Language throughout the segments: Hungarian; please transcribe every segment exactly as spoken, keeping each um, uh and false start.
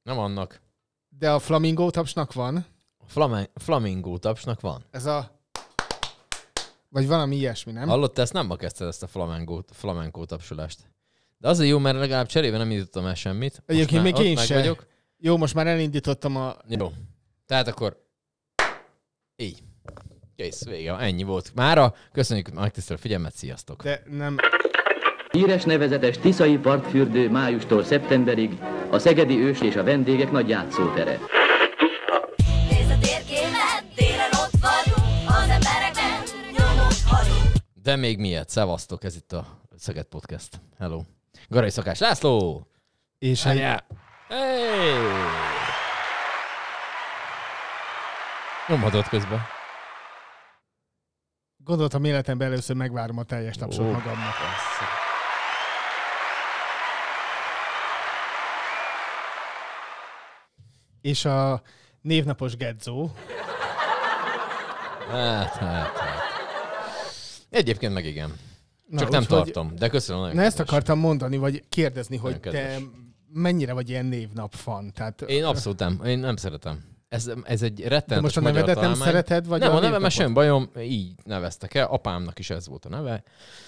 Nem annak. De a flamingó tapsnak van. A flame- flamingó tapsnak van. Ez a... Vagy valami ilyesmi, nem? Hallottál, ezt nem ma kezdted ezt a flamenco, flamenco tapsolást. De azért jó, mert legalább cserébe nem indítottam el semmit. Egyébként még én sem. Vagyok. Jó, most már elindítottam a... Jó. Tehát akkor így. Kész, vége. Ennyi volt mára. Köszönjük megtisztelő figyelmet, sziasztok! De nem... Híres nevezetes tiszai partfürdő májustól szeptemberig a szegedi ős és a vendégek nagy játszótere. Nézd a térképet, télen ott vagyunk, az emberekben nyomot hagyunk. De még miért? Szevasztok, ez itt a Szeged Podcast. Hello. Garai Szakás László! És egy... Hey! Nyomhatod közben. Gondoltam életemben először megvárom a teljes tapsot Ó, magamnak. persze. És a névnapos Gedzó. Hát, hát, hát. Egyébként meg igen. Na, Csak nem úgyhogy- tartom, de köszönöm. Nagyon Na ezt kedves. akartam mondani, vagy kérdezni, hogy Nagyon kedves. te mennyire vagy ilyen névnap fan? Tehát, Én abszolút nem, én nem szeretem. Ez, ez egy de rettenetes most a magyar nevedet nem találmány. szereted? Vagy Nem, a nevem névnapot? sem bajom, így neveztek el, apámnak is ez volt a neve.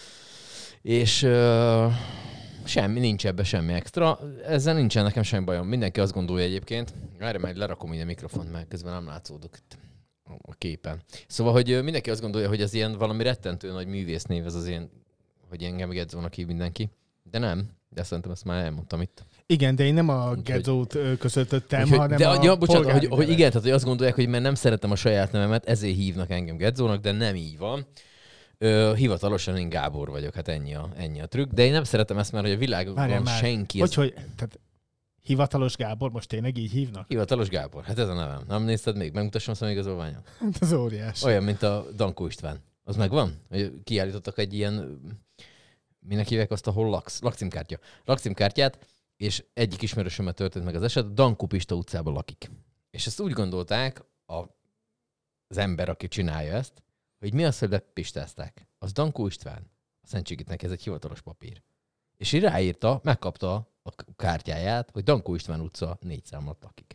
És uh, semmi, nincs ebbe semmi extra. Ezzel nincsen nekem semmi bajom. Mindenki azt gondolja egyébként, erre majd lerakom így a mikrofont, mert közben nem látszódok itt a képen. Szóval, hogy ö, mindenki azt gondolja, hogy ez ilyen valami rettentő nagy művésznév, ez az ilyen, hogy engem Gedzónak hív mindenki. De nem, de szerintem ezt már elmondtam itt. Igen, de én nem a Úgyhogy- Gedzót ö, köszöntöttem, Úgyhogy- hanem de, a ja, bocsánat, polgári hogy, hogy nevet. igen, tehát hogy azt gondolják, hogy mert nem szeretem a saját nevemet, ezért hívnak engem Gedzónak, de nem így van. Ö, hivatalosan én Gábor vagyok, hát ennyi a, ennyi a trükk. De én nem szeretem ezt, mert hogy a világon Várjál már. senki... Hogy, Ez... hogy, tehát hivatalos Gábor, most tényleg így hívnak? Hivatalos Gábor, hát ez a nevem. Nem nézted még? Megmutassam a személyigazolványom? Hát az óriás. Olyan, mint a Dankó István. Az megvan? Hogy kiállítottak egy ilyen, minek hívják azt a hol laksz? Lakcímkártya. Lakcímkártyát, és egyik ismerősömmel történt meg az eset, Dankó Pista utcában lakik. És ezt úgy gondolták a, az ember, aki csinálja ezt, hogy mi az, hogy lepistázták. Az Dankó István. A Szentségitnek ez egy hivatalos papír. És így ráírta, megkapta a kártyáját, hogy Dankó István utca négy számot lakik.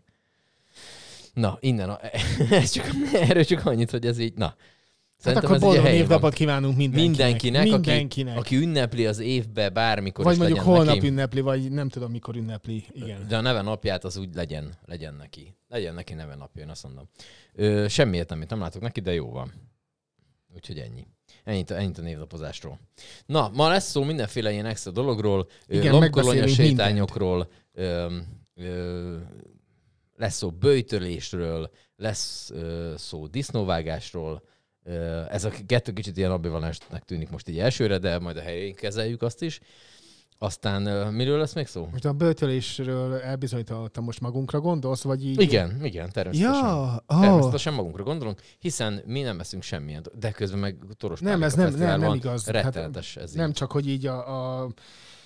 Na, innen, a, ez csak, erről csak annyit, hogy ez így, na. Hát Szerintem akkor ez így a boldog helyén van. névnapot kívánunk mindenkinek. Mindenkinek, Mindenkinek. Aki, aki ünnepli az évbe bármikor Vagy is mondjuk legyen holnap neki. ünnepli, vagy nem tudom, mikor ünnepli. Igen. De a neve napját az úgy legyen, legyen neki. Legyen neki neve napja, én azt mondom. Ö, semmi értelmét nem látok neki, de jó van. Úgyhogy ennyi. Ennyit, ennyit a névnapozásról. Na, ma lesz szó mindenféle ilyen extra dologról, Igen, lombkolonya megbeszélünk sétányokról, ö, ö, lesz szó böjtölésről, lesz ö, szó disznóvágásról. Ö, ez a kettő kicsit ilyen ambivalensnek tűnik most így elsőre, de majd a helyén kezeljük azt is. Aztán ö, miről lesz még szó? Most a böjtölésről elbizonyítottam, most magunkra gondolsz, vagy így? Igen, igen, természetesen. Ja, oh. Természetesen magunkra gondolunk, hiszen mi nem eszünk semmilyen, de közben meg Toros Nem, ez Pálika nem, nem, Fesztivál nem van. igaz. Rettenetes ez Nem így. csak, hogy így a, a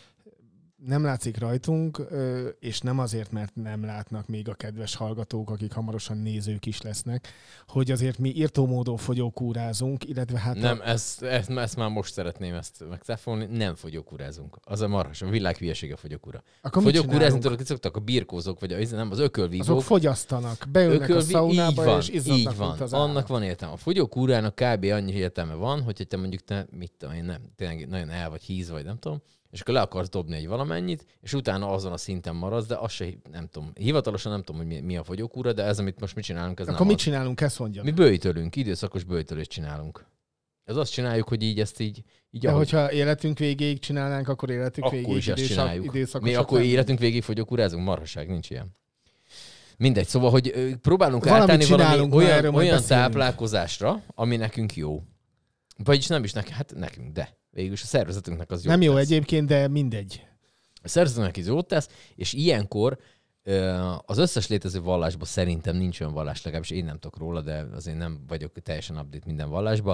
nem látszik rajtunk, ö, és nem azért, mert nem látnak még a kedves hallgatók, akik hamarosan nézők is lesznek, hogy azért mi írtó módon fogyókúrázunk, illetve hát... Nem, a, ezt, ezt, ezt már most szeretném ezt megcáfolni, nem fogyókúrázunk. Az a marhas, a világ hülyeség a fogyókúra. akkor mit Fogyókúrázni csinálunk? tudok, itt szoktak a birkózók, vagy a, nem, az Azok ökölvívók. fogyasztanak, beülnek a Ökölvi- szaunába, így van, és izzadnak, így mint van. az Annak állat. van értelme. A fogyókúrának kb. Annyi értelme van, hogy te mondjuk te, mit tudom én, nem, tényleg nagyon el vagy híz, vagy nem tudom, és akkor le akarsz dobni egy valamennyit, és utána azon a szinten maradsz, de azt se, nem tudom, hivatalosan nem tudom, hogy mi, mi a fogyókúra, de ez, amit most mi csinálunk, ez Akkor nem mit az. csinálunk, ezt mondja? Mi böjtölünk, időszakos böjtölést csinálunk. Ez azt csináljuk, hogy így ezt így, így De ahogy, hogyha életünk végéig csinálnánk, akkor életünk akkor végéig is ezt időszak, csináljuk. időszakosak Mi akkor lennénk. életünk végig fogyókúrázunk, marhaság, nincs ilyen. Mindegy, szóval, hogy ö, próbálunk Valamit átállni valami csinálunk, na, erről olyan, majd olyan beszélünk. táplálkozásra, ami nekünk jó. Vagyis nem is nekünk, hát nekünk, de végülis a szervezetünknek az jó. Nem jó tesz. egyébként, de mindegy. A szervezetünknek is jót tesz, és ilyenkor ö, az összes létező vallásban szerintem nincs olyan vallás, legalábbis én nem tudok róla, de azért nem vagyok teljesen update minden vallásban.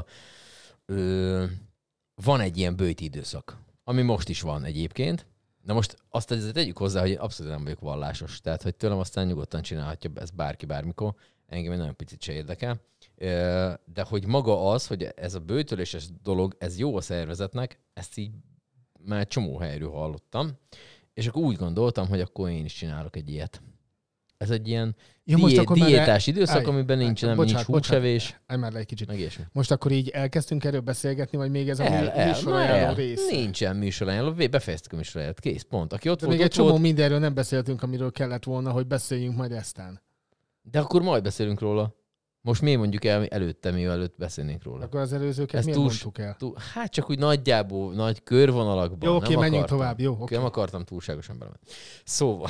Ö, van egy ilyen böjti időszak, ami most is van egyébként. Na most azt azért tegyük hozzá, hogy én abszolút nem vagyok vallásos. Tehát, hogy tőlem aztán nyugodtan csinálhatja ezt bárki bármikor. Engem egy nagyon picit se érdekel. De hogy maga az, hogy ez a böjtöléses dolog, ez jó a szervezetnek, ezt így már csomó helyről hallottam. És akkor úgy gondoltam, hogy akkor én is csinálok egy ilyet. ez egy ilyen Ja, most dié- akkor már diétás el- időszak, állj, amiben nincs, állj, nem bocsánat, nincs húsevés, Állj már le egy kicsit. meg ilyesmi. Most akkor így elkezdtünk erről beszélgetni, vagy még ez a El, mi- el, már műsorajánló el. rész? Nincsen műsorajánló, vé- befejeztük a műsorajánlót, kész, pont. Aki ott De volt, még egy ott csomó volt, mindenről nem beszéltünk, amiről kellett volna, hogy beszéljünk majd eztán. de akkor majd beszélünk róla. Most mi mondjuk el előtte, mi előtt beszélnénk róla. Akkor az előzőket Ez miért túl- mondtuk el? Túl, hát csak úgy nagyjából, nagy körvonalakban. Jó, oké, nem menjünk akartam. tovább, jó, oké. Nem akartam túlságosan belemenni. Szóval.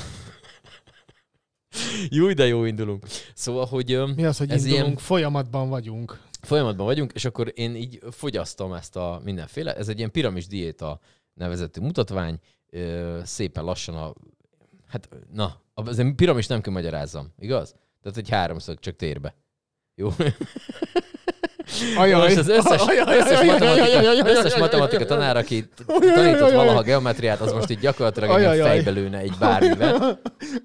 jó, de jó indulunk. Szóval, hogy öm, Mi az, hogy ez indulunk? ilyen- Folyamatban vagyunk. folyamatban vagyunk, és akkor én így fogyasztom ezt a mindenféle. Ez egy ilyen piramis diéta nevezetű mutatvány. Ö, szépen lassan a... Hát, na, az egy piramis nem kell magyarázzam, igaz? Tehát egy háromszög csak térbe. Jó? Ajaj, Most az összes, ajaj, összes, ajaj, matematika, ajaj, ajaj, összes ajaj, matematika ajaj, tanár, aki ajaj, tanított ajaj, valaha ajaj. geometriát, az most így gyakorlatilag egy Ajaj, ilyen ajaj. fejbe lőne egy bármivel.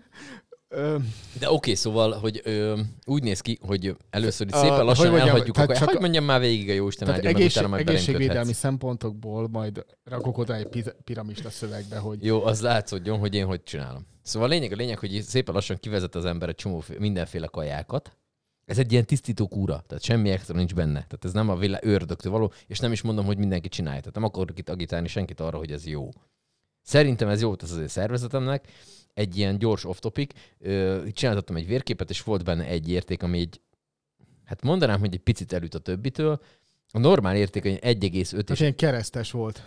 Ö, De oké, okay, szóval, hogy ö, úgy néz ki, hogy először itt A- szépen hogy lassan mondjam, elhagyjuk, tehát akkor csak- hogy mondjam már végig a Jóisten Tehát áldja, meg egészség, utána majd egészségvédelmi belenköthetsz. szempontokból majd rakok oda egy pi- piramist a szövegbe, hogy Jó, az látszódjon, hogy én hogy csinálom. Szóval a lényeg, a lényeg, hogy szépen lassan kivezet az ember egy csomó mindenféle kajákat. Ez egy ilyen tisztító kúra, tehát semmi extra nincs benne. Tehát ez nem a világ ördögtől való, és nem is mondom, hogy mindenki csinálja. Tehát nem akarok itt agitálni senkit arra, hogy ez jó. Szerintem ez jó tesz az én szervezetemnek. Egy ilyen gyors off-topic. Ö, Csináltattam egy vérképet, és volt benne egy érték, ami egy, hát mondanám, hogy egy picit elüt a többitől. A normál érték egy egy egész öt, most és ilyen keresztes volt.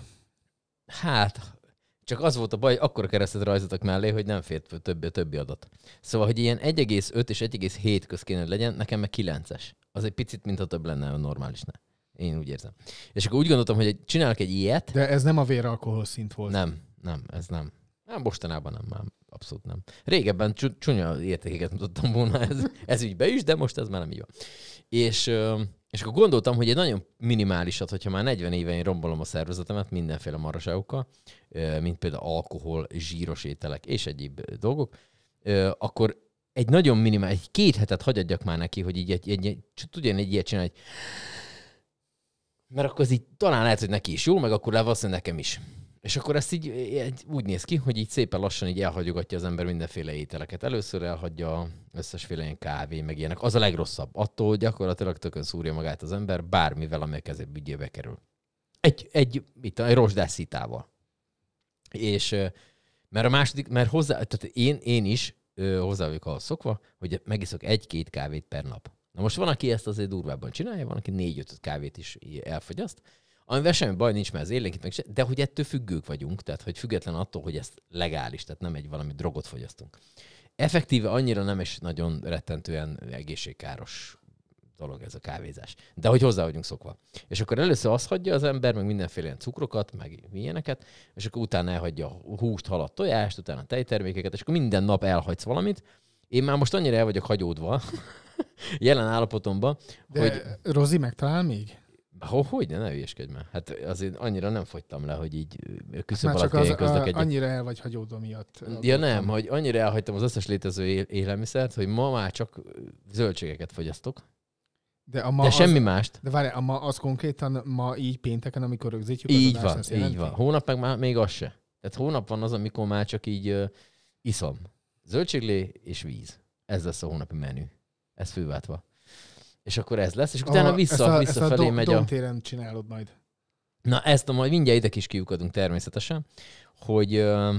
hát csak az volt a baj, akkor a keresztet rajzoltak mellé, hogy nem fért föl többi, többi adat. Szóval, hogy ilyen egy egész öt és egy egész hét köz kéne legyen, nekem meg kilences. Az egy picit, mintha több lenne a normálisnál. Én úgy érzem. És akkor úgy gondoltam, hogy egy- csinálok egy ilyet. De ez nem a véralkohol szint volt. Nem, nem, ez nem. Nem, mostanában nem, már abszolút nem. Régebben csu- csúnya értékeket mutattam volna ez, ez ügybe is, de most ez már nem így van. És, ö, és akkor gondoltam, hogy egy nagyon minimálisat, hogyha már negyven éve én rombolom a szervezetemet mindenféle maraságokkal, ö, mint például alkohol, zsíros ételek és egyéb dolgok, ö, akkor egy nagyon minimális, egy két hetet hagyadjak már neki, hogy így egy, egy, egy, tudjon egy ilyet csinálni, hogy mert akkor az így talán lehet, hogy neki is jó, meg akkor valószínűleg nekem is. És akkor ezt így, így úgy néz ki, hogy így szépen lassan így elhagyogatja az ember mindenféle ételeket. Először elhagyja összesféle ilyen kávé, meg ilyenek. Az a legrosszabb. Attól gyakorlatilag tökön szúrja magát az ember bármivel, ami a kezébe ügyébe kerül. Egy, egy, mit, egy rozsdás szitával. És mert a második, mert hozzá, tehát én, én is ö, hozzá vagyok ahhoz szokva, hogy megiszok egy-két kávét per nap. Na most van, aki ezt azért durvábban csinálja, van, aki négy-öt kávét is elfogyaszt, amivel semmi baj nincs, mert az élénkít meg se, de hogy ettől függők vagyunk, tehát hogy független attól, hogy ez legális, tehát nem egy valami drogot fogyasztunk. Effektíve annyira nem is nagyon rettentően egészségkáros dolog ez a kávézás. De hogy hozzá vagyunk szokva. És akkor először azt hagyja az ember, meg mindenféle ilyen cukrokat, meg ilyeneket, és akkor utána elhagyja a húst, halat, tojást, utána a tejtermékeket, és akkor minden nap elhagysz valamit. Én már most annyira el vagyok hagyódva jelen állapotomban, De hogy Rozi megtalál még? Hogy, hogy ne, ne hülyeskedj már. Hát azért annyira nem fogytam le, hogy így küszöb Már alatt csak az, kelljen a, közlekedjek. annyira el vagy hagyódva miatt. Ja nem, hogy annyira elhagytam az összes létező él- élelmiszert, hogy ma már csak zöldségeket fogyasztok. De, a ma De az, semmi mást. De várj, a ma az konkrétan ma így pénteken, amikor rögzítjük Így az van, adást, ezt így jelenti? van. Hónap meg már még az se. Tehát hónap van az, amikor már csak így uh, iszom. Zöldséglé és víz. Ez lesz a hónapi menü. Ez főváltva. És akkor ez lesz, és utána A- vissza, ezt a, visszafelé ezt a megy do- a... domtéren csinálod majd. Na ezt a majd mindjárt ide is kiukadunk természetesen, hogy, ö,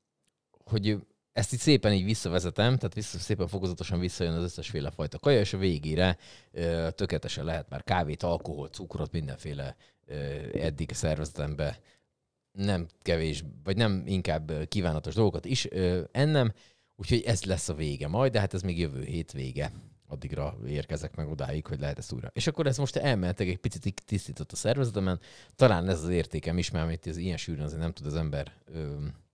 hogy ezt így szépen így visszavezetem, tehát vissza, szépen fokozatosan visszajön az összesféle fajta kaja, és a végére ö, tökéletesen lehet már kávét, alkohol, cukrot, mindenféle ö, eddig a szervezetembe nem kevés, vagy nem inkább kívánatos dolgokat is ö, ennem, úgyhogy ez lesz a vége majd, de hát ez még jövő hét vége. Addigra érkezek meg odáig, hogy lehet ezt újra. És akkor ez most elmehetek, egy picit tisztított a szervezetemen. Talán ez az értékem is, mert amit ez ilyen sűrűn azért nem tud az ember ö,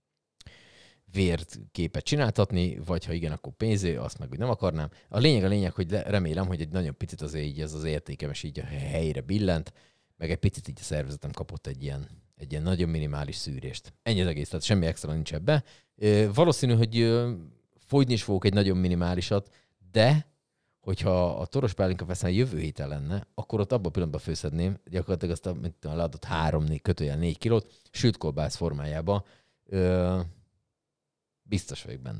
vérképet csináltatni, vagy ha igen, akkor pénzé, azt meg úgy nem akarnám. A lényeg a lényeg, hogy remélem, hogy egy nagyon picit azért így ez az értékem, és így a helyre billent, meg egy picit így a szervezetem kapott egy ilyen, egy ilyen nagyon minimális szűrést. Ennyi az egész, tehát semmi extra nincs ebbe. Ö, valószínű, hogy ö, fogyni is fogok egy nagyon minimálisat, de hogyha a toros pálinka veszem jövő héten lenne, akkor ott abban a pillanatban főszedném, gyakorlatilag azt a, mint tudom, leadott három, négy, kötőjel négy kilót, sült kolbász formájába. Ö, biztos vagyok benne.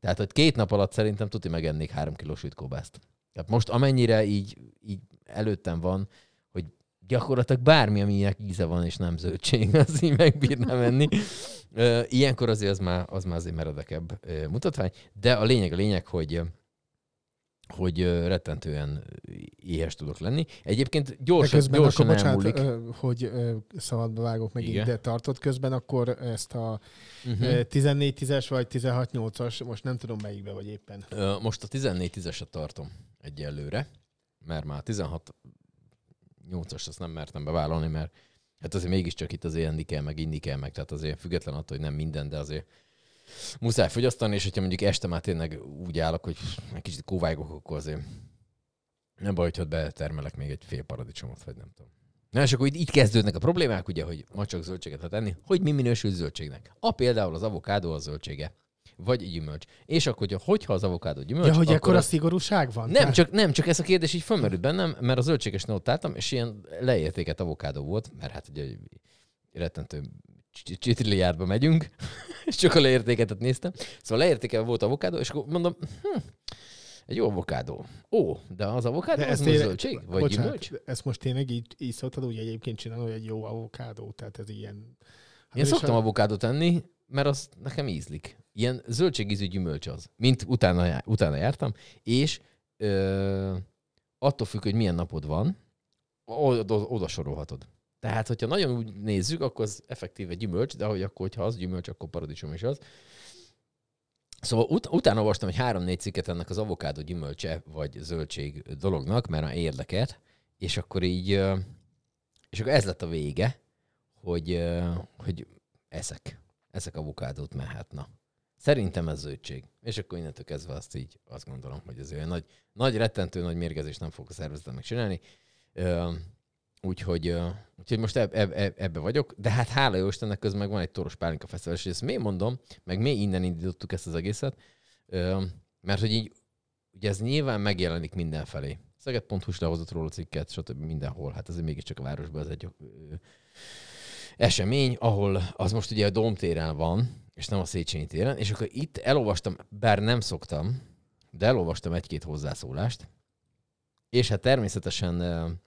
Tehát, hogy két nap alatt szerintem tuti megennék három kilós sütkóbászt. Tehát most amennyire így, így előttem van, hogy gyakorlatilag bármi, aminek íze van, és nem zöldség, az így megbírnám enni. Ilyenkor azért az már, az már azért meredekebb mutatvány, de a lényeg a lényeg, hogy hogy rettentően éhes tudok lenni. Egyébként gyorsan, közben gyorsan akkor, elmúlik. Bocsánat, hogy szabadba vágok megint, Igen. de tartott közben, akkor ezt a Uh-huh. tizennégy tízes vagy tizenhat nyolcas, most nem tudom melyikbe vagy éppen. Most a tizennégy tízeset tartom egyelőre, mert már tizenhat nyolcas azt nem mertem bevállalni, mert hát azért mégiscsak itt azért enni kell, meg inni kell, meg, tehát azért független attól, hogy nem minden, de azért muszáj fogyasztani, és hogyha mondjuk este már tényleg úgy állok, hogy egy kicsit kóvályogok, akkor azért nem baj, hogy betermelek még egy fél paradicsomot, vagy nem tudom. Na, és akkor így, így kezdődnek a problémák, ugye, hogy ma csak zöldséget lehet enni, hogy mi minősül zöldségnek. A például az avokádó a zöldsége, vagy gyümölcs. És akkor, hogyha az avokádó gyümölcs, Ja, hogy akkor ekkora az... szigorúság van? Nem Tehát- csak, nem, csak ez a kérdés így fölmerült bennem, mert a zöldségesnél ott álltam, és ilyen leértéket avokádó volt, mert hát ugye rettentő csitriliárdba megyünk, és csak a leértéketet néztem. Szóval leértékelve volt avokádó, és akkor mondom, hm, egy jó avokádó. Ó, de az avokádó De az ezt most tényleg- zöldség? Vagy bocsánat, gyümölcs? ezt most tényleg így, így szoktad úgy egyébként csinálni, hogy egy jó avokádó, tehát ez ilyen... Hát Én és szoktam a- avokádót enni, mert az nekem ízlik. Ilyen zöldségízű gyümölcs az, mint utána, já- utána jártam, és ö, attól függ, hogy milyen napod van, oda, oda sorolhatod. Tehát, hogyha nagyon úgy nézzük, akkor az effektíve gyümölcs, de hogy akkor, hogyha az gyümölcs, akkor paradicsom is az. Szóval ut- utána olvastam egy három-négy cikket ennek az avokádó gyümölcse, vagy zöldség dolognak, mert már érdekelt, és akkor így, ö, és akkor ez lett a vége, hogy, ö, hogy eszek. Eszek avokádót, mert hát na. Szerintem ez zöldség. És akkor innentől kezdve azt így azt gondolom, hogy ez olyan nagy, nagy rettentő nagy mérgezést nem fog a szervezetem megcsinálni. Ö, úgyhogy, ö, úgyhogy most eb, eb, eb, ebbe vagyok. De hát hála jó Istennek közben meg van egy Toros Pálinka Fesztivál, és ezt miért mondom, meg miért innen indítottuk ezt az egészet, ö, mert hogy így, ugye ez nyilván megjelenik mindenfelé. Szeged pont hu lehozott róla cikket, stb. Mindenhol. Hát ez mégiscsak a városban ez egy ö, esemény, ahol az most ugye a Dómtéren van, és nem a Széchenyi téren, és akkor itt elolvastam, bár nem szoktam, de elolvastam egy-két hozzászólást, és hát természetesen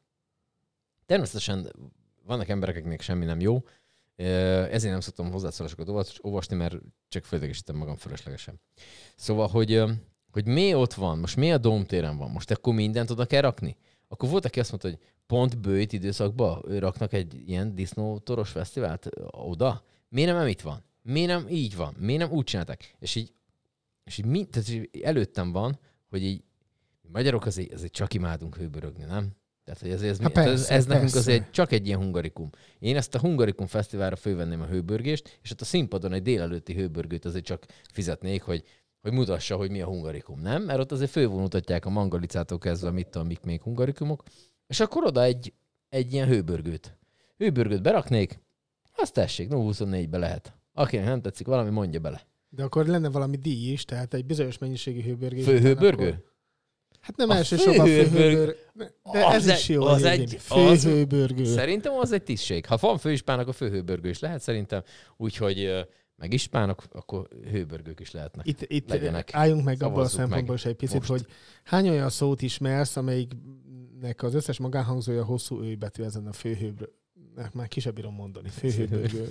természetesen vannak emberek, akiknek semmi nem jó, ezért nem szoktam hozzászólásokat olvasni, mert csak földegesítem magam fölöslegesen. Szóval, hogy, hogy mi ott van, most mi a Dómtéren van, most akkor mindent oda kell rakni? Akkor volt, aki azt mondta, hogy pont bőjt időszakban raknak egy ilyen disznótoros fesztivált oda? Miért nem itt van? Miért nem így van? Miért nem úgy csinálták? És így, és így, mi, tehát így előttem van, hogy így mi magyarok azért, azért csak imádunk hőbörögni, nem? Tehát, hogy ezért ez, Há, mi, tehát ez, persze, ez nekünk persze. azért csak egy ilyen hungarikum. Én ezt a hungarikum fesztiválra fölvenném a hőbörgést, és ott a színpadon egy délelőtti hőbörgőt azért csak fizetnék, hogy, hogy mutassa, hogy mi a hungarikum, nem? Mert ott azért fölvonultatják a mangalicától kezdve, mit tudom, mik még hungarikumok, és akkor oda egy, egy ilyen hőbörgőt. Hőbörgőt beraknék, azt tessék, nulla huszonnégybe lehet. Akinek nem tetszik valami, mondja bele. De akkor lenne valami díj is, tehát egy bizonyos mennyiségű hőbörgés. Főhőbörgő? Akkor- Hát nem A elsősorban főhőbörg- főhőbörgő, de Az ez egy- is jó. az egyébként. egy- az- Főhőbörgő. Szerintem az egy tisztség. Ha van főispán, akkor főhőbörgő is lehet szerintem. Úgyhogy ö, meg ispánok, akkor hőbörgők is lehetnek. Itt, itt legyenek. álljunk meg abban a Szavazzuk szempontból meg is egy picit, most. hogy hány olyan szót ismersz, amelyiknek az összes magánhangzója hosszú ő betű ezen a főhőbörgő. Már ki sem bírom mondani. Főhőbörgő.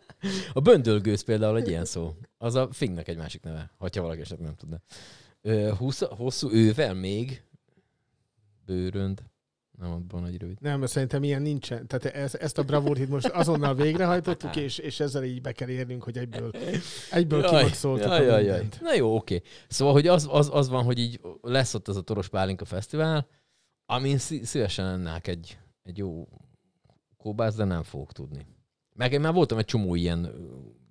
A böndölgőz például egy ilyen szó. Az a fingnek egy másik neve, hogyha valaki esetleg nem tudna. Ö, húsz, hosszú ővel még bőrönd. Nem abban nagy rövid. Nem, szerintem ilyen nincsen. Tehát ez, ezt a bravúrt itt most azonnal végrehajtottuk, és, és ezzel így be kell érnünk, hogy egyből, egyből kimaxoltuk a mindent. Na jó, oké. Szóval, hogy az, az, az van, hogy így lesz ott az a Toros Pálinka Fesztivál, amin szí- szívesen lennák egy, egy jó kóbász, de nem fogok tudni. Meg én már voltam egy csomó ilyen ö,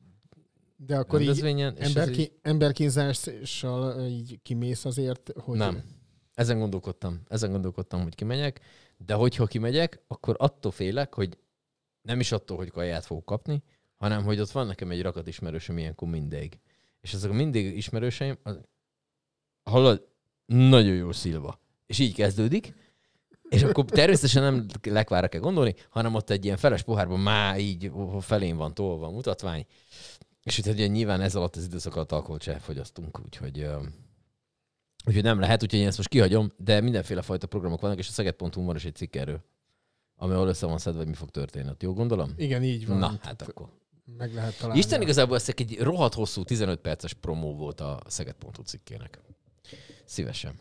De akkor így rendezvényen, és ez emberki, így, emberkínzással így kimész azért, hogy... nem. Ezen gondolkodtam. Ezen gondolkodtam, hogy kimegyek, de hogyha kimegyek, akkor attól félek, hogy nem is attól, hogy kaját fogok kapni, hanem hogy ott van nekem egy rakat ismerősöm ilyenkor mindig. És ezek a mindig ismerőseim, az, hallod, nagyon jó szilva. És így kezdődik, és akkor természetesen nem lekvára kell gondolni, hanem ott egy ilyen feles pohárban már így felén van tolva a mutatvány, És itt ugye nyilván ez alatt az időszak alatt alkoholt se fogyasztunk, úgyhogy, uh, úgyhogy nem lehet, úgyhogy én ezt most kihagyom, de mindenféle fajta programok vannak, és a szeged pont hu van is egy cikk erről, ahol össze van szedve, hogy mi fog történni. Jó gondolom? Igen, így van. Na, hát akkor. Meg lehet találni. Isten igazából ez egy rohadt hosszú tizenöt perces promó volt a szeged pont hu cikkének. Szívesen.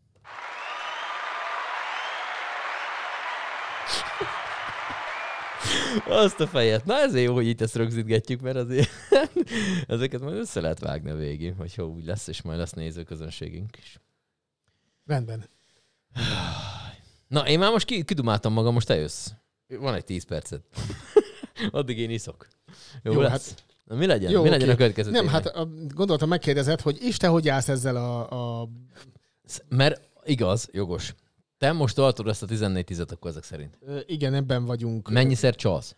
Azt a fejet. Na ezért jó, hogy itt ezt rögzítgetjük, mert azért ezeket majd össze lehet vágni a végén, hogy jó úgy lesz, és majd lesz nézőközönségünk is. Rendben. Na, én már most kidumáltam magam, most te jössz. Van egy tíz percet. Addig én iszok. Jó, jó lesz? Hát... Na, mi legyen? Jó, mi okay. legyen a következő Nem, témánk? hát a, gondoltam, megkérdezed, hogy és te hogy állsz ezzel a... a... Mert igaz, jogos. Te most tartod ezt a tizennégy tízet akkor ezek szerint. Ö, igen, ebben vagyunk. Mennyiszer csalsz?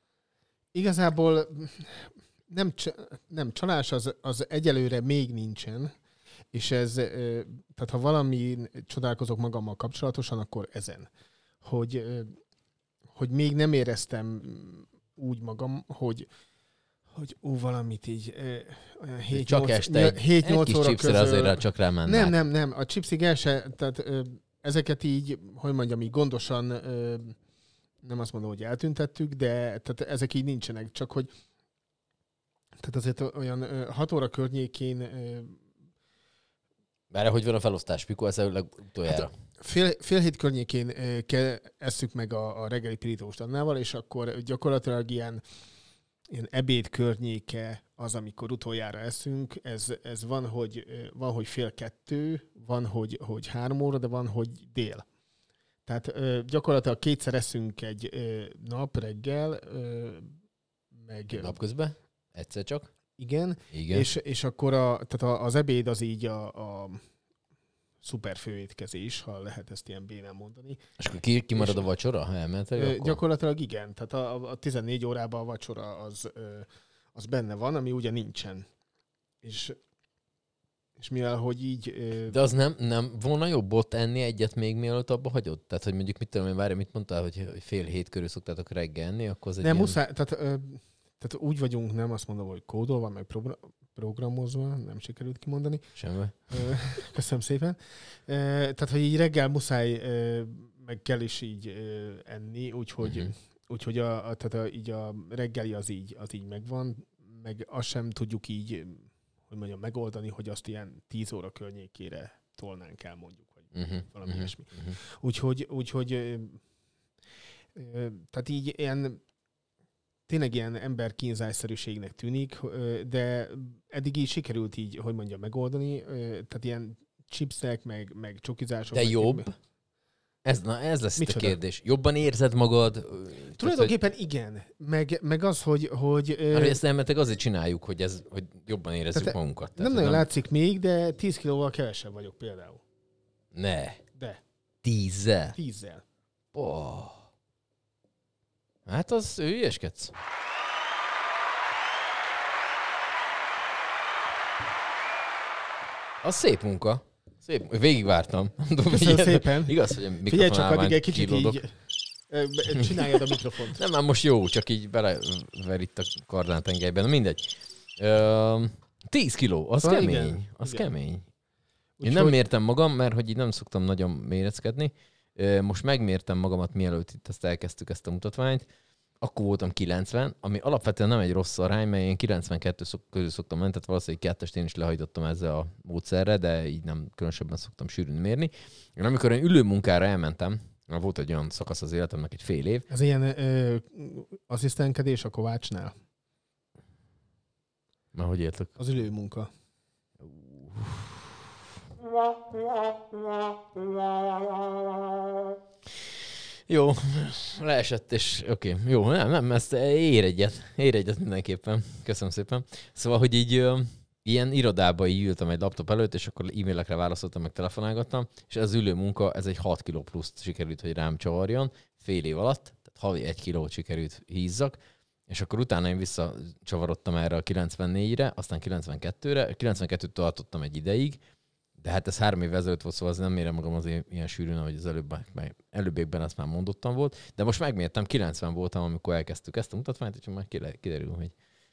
Igazából nem, nem csalás, az, az egyelőre még nincsen, és ez, tehát ha valami csodálkozok magammal kapcsolatosan, akkor ezen. Hogy, hogy még nem éreztem úgy magam, hogy hogy ó, valamit így olyan csak este egy, egy kis chipsre azért csak rámennák. Nem, nem, nem. A chipsig el se, tehát ö, ezeket így, hogy mondjam, így gondosan, ö, nem azt mondom, hogy eltüntettük, de tehát ezek így nincsenek, csak hogy tehát azért olyan ö, hat óra környékén ö, Bár hogy van a felosztás, mikor ez utoljára? Hát fél, fél hét környékén ö, ke, esszük meg a, a reggeli pirítós Annával, és akkor gyakorlatilag ilyen ilyen ebéd környéke az, amikor utoljára eszünk, ez, ez van, hogy, van, hogy fél kettő, van, hogy, hogy három óra, de van, hogy dél. Tehát ö, gyakorlatilag kétszer eszünk egy ö, nap reggel, ö, meg... Napközben? Egyszer csak? Igen. Igen. És, és akkor a, tehát az ebéd az így a, a szuper főétkezés, ha lehet ezt ilyen bénán mondani. És akkor ki, ki marad a vacsora, ha elmentek? Ö, gyakorlatilag igen. Tehát a, a tizennégy órában a vacsora az, ö, az benne van, ami ugye nincsen. És, és mivel, hogy így... Ö... De az nem, nem volna jobb ott enni egyet még mielőtt abba hagyod? Tehát, hogy mondjuk mit tudom én, várj, mit mondtál, hogy fél hét körül szoktátok reggel enni, akkor az egy Nem, ilyen... muszáj, tehát, ö, tehát úgy vagyunk, nem azt mondom, hogy kódolva, meg pro- programozva, nem sikerült kimondani. Semmi. Köszönöm szépen. Tehát, hogy így reggel muszáj, meg kell is így enni, úgyhogy, uh-huh. úgyhogy a, a, tehát a, így a reggeli az így, az így megvan, meg azt sem tudjuk így, hogy mondjam, megoldani, hogy azt ilyen tíz óra környékére tolnánk el, mondjuk, vagy uh-huh. valami uh-huh. ilyesmi. Uh-huh. Úgyhogy, úgyhogy tehát így ilyen tényleg ilyen emberkínzásszerűségnek tűnik, de eddig így sikerült így, hogy mondjam, megoldani. Tehát ilyen chipsek, meg, meg csokizások. De meg jobb? Meg... Ez, na, ez lesz Micsoda? a kérdés. Jobban érzed magad? Tulajdonképpen hogy... igen. Meg, meg az, hogy... hogy hát, hogy ezt elmetek azért csináljuk, hogy, ez, hogy jobban érezzük tehát magunkat. Tehát nem nagyon nem... látszik még, de tíz kilóval kevesebb vagyok például. Ne. De. Tízzel? Tízzel. Oh. Hát az ő ilyeskedsz. Az szép munka. Szép. Végigvártam. Köszönöm szépen. Igaz, hogy a mikrofon Figyelj csak, addig egy kicsit kilódok. így csináljad a mikrofont. Nem, már most jó, csak így belever itt a kardán tengelyben. Na mindegy. Tíz kiló, az szóval kemény. Igen, az igen. kemény. Úgy Én nem hogy... mértem magam, mert hogy így nem szoktam nagyon méreckedni. Most megmértem magamat, mielőtt itt ezt elkezdtük ezt a mutatványt. Akkor voltam kilencven, ami alapvetően nem egy rossz arány, mert én kilencvenkettő szok, közül szoktam menni, tehát valószínűleg kettest én is lehajtottam ezzel a módszerre, de így nem különösebben szoktam sűrűn mérni. Én amikor én ülőmunkára elmentem, volt egy olyan szakasz az életemnek, egy fél év. Ez ilyen ö, asszisztenkedés a Kovácsnál? Már hogy értek? Az ülőmunka. Jó, leesett, és oké, okay. Jó, nem, nem, ezt ér egyet, ér egyet mindenképpen. Köszönöm szépen. Szóval, hogy így ö, ilyen irodába így ültem egy laptop előtt, és akkor e-mailekre válaszoltam, meg telefonálgattam, és ez ülő munka, ez egy hat kiló pluszt sikerült, hogy rám csavarjon fél év alatt, tehát havi egy kilót sikerült hízzak, és akkor utána én visszacsavarodtam erre a kilencvennégyre, aztán kilencvenkettőre, kilencvenkettőt tartottam egy ideig, de hát ez három évvel ezelőtt volt, szóval az nem mérem magam azért ilyen sűrűn, ahogy az előbb, előbbékben azt már mondottam volt. De most megmértem, kilencven voltam, amikor elkezdtük ezt a mutatványt, úgyhogy már kiderül, hogy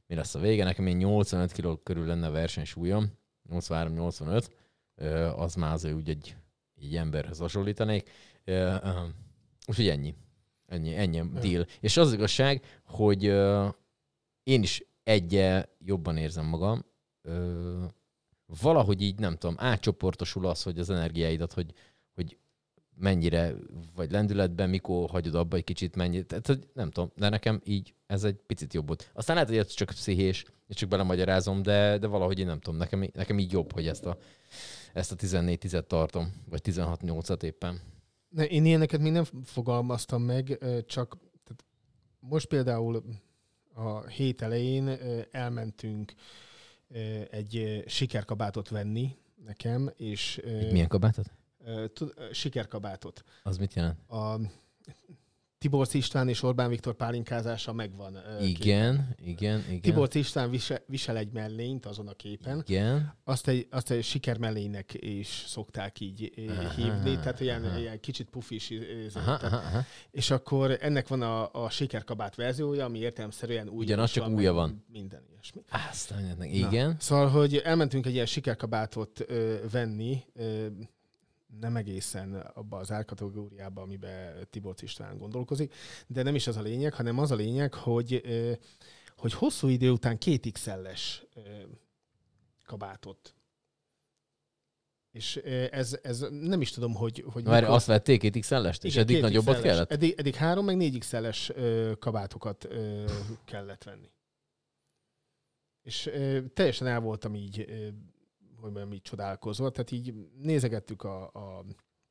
mi lesz a vége. Nekem én nyolcvanöt kiló körül lenne a versenysúlyom, nyolcvanhárom nyolcvanöt, az már azért úgy egy, egy emberhez hasonlítanék. Úgyhogy ennyi. Ennyi, ennyi a deal. És az igazság, hogy én is egyel jobban érzem magam. Valahogy így, nem tudom, átcsoportosul az, hogy az energiáidat, hogy, hogy mennyire vagy lendületben, mikor hagyod abba egy kicsit, mennyit. Tehát, nem tudom, de nekem így ez egy picit jobb volt. Aztán lehet, hogy ez csak pszichés, és csak belemagyarázom, de, de valahogy én nem tudom, nekem, nekem így jobb, hogy ezt a, ezt a tizennégy tízet tartom, vagy tizenhat nyolcat éppen. Ne, én ilyeneket még nem fogalmaztam meg, csak tehát most például a hét elején elmentünk egy sikerkabátot venni nekem, és... Egy milyen kabátot? Sikerkabátot. Az mit jelent? A Tiborcs István és Orbán Viktor pálinkázása megvan. Igen, igen, igen. Tiborcs István visel, visel egy mellényt azon a képen. Igen. Azt egy, azt egy sikermellénynek is szokták így aha, hívni, tehát ilyen, ilyen kicsit pufis. Aha, aha, aha. És akkor ennek van a, a sikerkabát verziója, ami értelemszerűen új. Ugyanaz, csak újja van. Minden ilyesmi. Aztán, igen. Na, szóval, hogy elmentünk egy ilyen sikerkabátot ö, venni, ö, nem egészen abba az árkategóriába, amiben Tiborcs István gondolkozik, de nem is az a lényeg, hanem az a lényeg, hogy, hogy hosszú idő után két iksz el-es kabátot. És ez, ez nem is tudom, hogy... hogy Várj, azt vették két iksz el-est? És eddig nagyobbat kellett? Eddig, eddig három, meg négy iksz el-es kabátokat kellett venni. És teljesen el voltam így... hogy mondjam, így csodálkozva. Tehát így nézegettük a, a,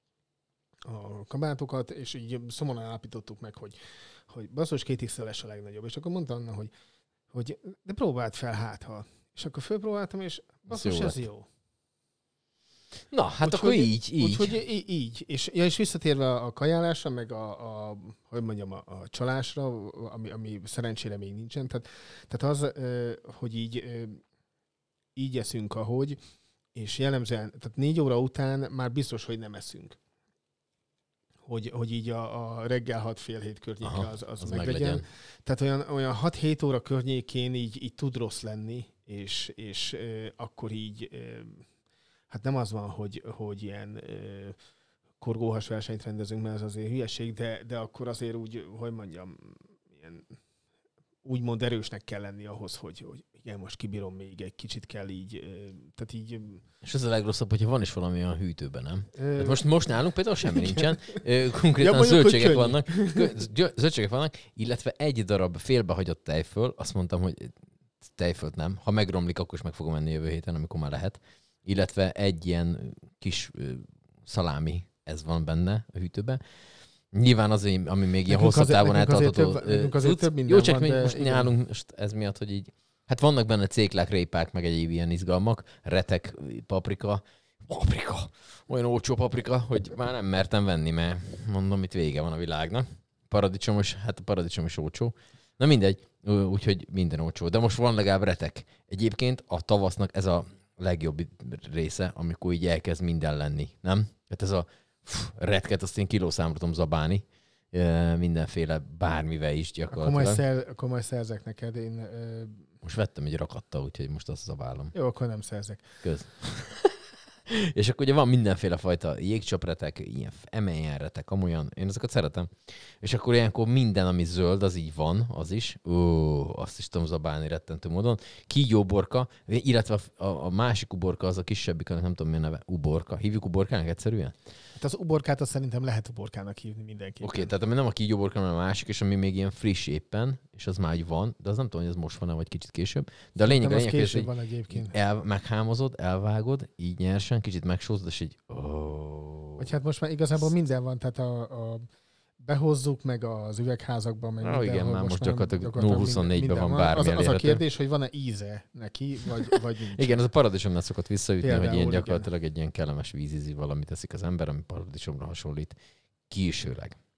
a kabátokat, és így szomorúan állapítottuk meg, hogy, hogy basszus, két iksz el-es a legnagyobb. És akkor mondta Anna, hogy, hogy de próbáld fel, hát ha. És akkor fölpróbáltam, és basszus, ez jó. jó. Na, hát úgy, akkor hogy, így, így. Úgyhogy így. És, ja, és visszatérve a kajálásra, meg a, a hogy mondjam, a, a csalásra, ami, ami szerencsére még nincsen. Tehát, tehát az, hogy így, így eszünk, ahogy, és jellemzően, tehát négy óra után már biztos, hogy nem eszünk. Hogy, hogy így a, a reggel hat fél hét környéke az, az, az meglegyen. meglegyen. Tehát olyan, olyan hat-hét óra környékén így, így tud rossz lenni, és, és euh, akkor így, euh, hát nem az van, hogy, hogy ilyen euh, korgóhas versenyt rendezünk, mert ez azért hülyeség, de, de akkor azért úgy, hogy mondjam, ilyen úgymond erősnek kell lenni ahhoz, hogy, hogy igen, most kibírom még egy kicsit kell így, tehát így... És ez a legrosszabb, hogyha van is valami olyan hűtőben, nem? Ö... Most, most nálunk például semmi nincsen, konkrétan ja, zöldségek vannak, zöldségek vannak, illetve egy darab félbehagyott tejföl, azt mondtam, hogy tejfölt nem, ha megromlik, akkor is meg fogom enni jövő héten, amikor már lehet, illetve egy ilyen kis szalámi, ez van benne a hűtőben. Nyilván az, ami még ilyen hosszabb távon eltartható. Jó, csak még most nyálunk most ez miatt, hogy így, hát vannak benne céklák, répák, meg egyéb ilyen izgalmak, retek, paprika, paprika, olyan olcsó paprika, hogy már nem mertem venni, mert mondom, itt vége van a világnak. Paradicsom is, hát a paradicsom is olcsó. Na mindegy, úgyhogy minden olcsó. De most van legalább retek. Egyébként a tavasznak ez a legjobb része, amikor így elkezd minden lenni, nem? Hát ez a Pff, retket, azt én kilószámra tudom zabálni, mindenféle bármivel is gyakorlatilag. Akkor majd, szer, akkor majd szerzek neked, én... Ö... Most vettem egy rakatta, úgyhogy most azt zabálom. Jó, akkor nem szerzek. Kösz. És akkor ugye van mindenféle fajta jégcsapretek, ilyen emelyenretek, amolyan, én ezeket szeretem. És akkor ilyenkor minden, ami zöld, az így van, az is. Ó, azt is tudom zabálni rettentő módon. Kígyóborka, illetve a, a másik uborka, az a kisebbik, nem tudom mi a neve, uborka. Hívjuk uborkának egyszerűen? Hát az uborkát azt szerintem lehet uborkának hívni mindenképpen. Oké, okay, tehát ami nem a kígyóborka, hanem a másik, és ami még ilyen friss éppen, és az már így van, de az nem tudom, hogy ez most van-e, vagy kicsit később. De a lényeg, a lényeg, később van egyébként. El, meghámozod, elvágod, így nyersen, kicsit megsózod, és így... Oh. Vagy hát most már igazából minden van, tehát a, a behozzuk, meg az üvegházakban, meg oh, minden. Igen, már most, most gyakorlatilag nulla huszonnégyben van, van az, bármi az a kérdés, hogy van-e íze neki, vagy, vagy nincs. Igen, az a paradicsomnál szokott visszaütni, Például, hogy ilyen gyakorlatilag igen. egy ilyen kellemes vízízi valamit teszik az ember, ami paradicsomra hasonlít. Külsőleg.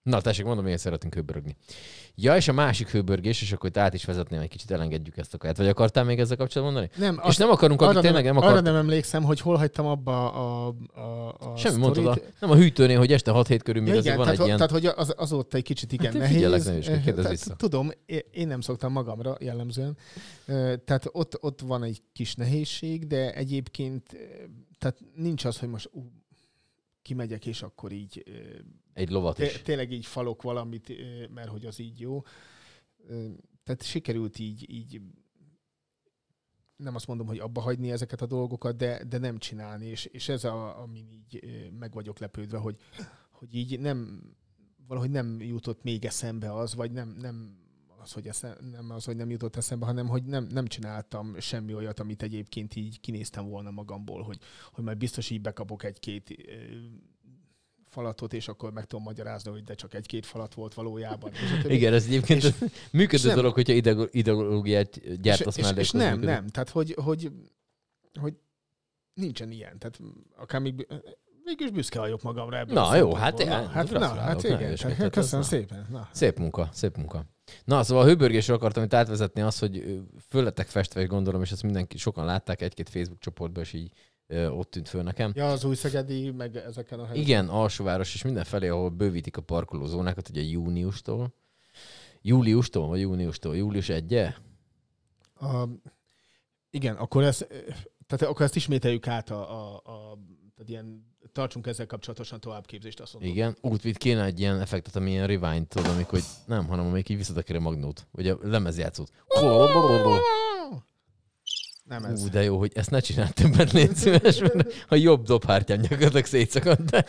Na, tessék, mondom, miért szeretünk hőbörögni. Ja, és a másik hőbörgés, és akkor itt át is vezetném, egy kicsit elengedjük ezt a kaját. Vagy akartál még ezzel kapcsolatban mondani? Nem, és azt, nem akarunk, akik tényleg nem arra akart... nem emlékszem, hogy hol hagytam abba a, a, a Semmi sztorit. mondtad, a, nem a hűtőnél, hogy este hat hét körül még Ja, azért igen, van tehát, egy ilyen... tehát, hogy az, azóta egy kicsit igen Hát én nehéz. figyelek, ne is, kérdezz Tehát vissza. Tudom, én nem szoktam magamra jellemzően. Tehát ott, ott van egy kis nehézség, de egyébként tehát nincs az, hogy most ú, kimegyek, és akkor így Egy lovat is. tényleg így falok valamit, mert hogy az így jó. Tehát sikerült így, így nem azt mondom, hogy abba hagyni ezeket a dolgokat, de, de nem csinálni, és, és ez a, amin így meg vagyok lepődve, hogy, hogy így nem, valahogy nem jutott még eszembe az, vagy nem, nem az, hogy eszem, nem az, hogy nem jutott eszembe, hanem hogy nem, nem csináltam semmi olyat, amit egyébként így kinéztem volna magamból, hogy, hogy majd biztos így bekapok egy-két falatot, és akkor meg tudom magyarázni, hogy de csak egy-két falat volt valójában. Igen, ez egyébként és, működő nem, dolog, hogyha ideológiát gyártasz és, már. És, és nem, működő. nem. Tehát, hogy, hogy, hogy nincsen ilyen. Tehát akár még mégis büszke vagyok magamra ebből. Na jó, hát, na, hát, na, hát igen. Tehát, köszönöm na. szépen. Na. Szép munka, szép munka. Na, szóval a hőbörgésre akartam itt átvezetni azt, hogy föl lettek festve, és gondolom, és ezt mindenki, sokan látták egy-két Facebook csoportban, és így ö, ott tűnt föl nekem. Ja, az Újszegedi, meg ezeken a helyeken. Igen, alsóváros, és mindenfelé, ahol bővítik a parkolózónákat, ugye júniustól. Júliustól, vagy júniustól? Július elseje? A, igen, akkor, ez, tehát akkor ezt ismételjük át a, a, a tehát ilyen, tartsunk ezzel kapcsolatosan továbbképzést, azt mondom. Igen, útvit kéne egy ilyen effektet, ami ilyen rewind, tudod, amikor, hogy nem, hanem amelyik így visszatekeri a magnót, vagy a lemezjátszót. Nem ez. Ú, de jó, hogy ezt ne csináld többet, légy szíves, mert a jobb dobhártyám gyakorlatilag szétszakadt, de...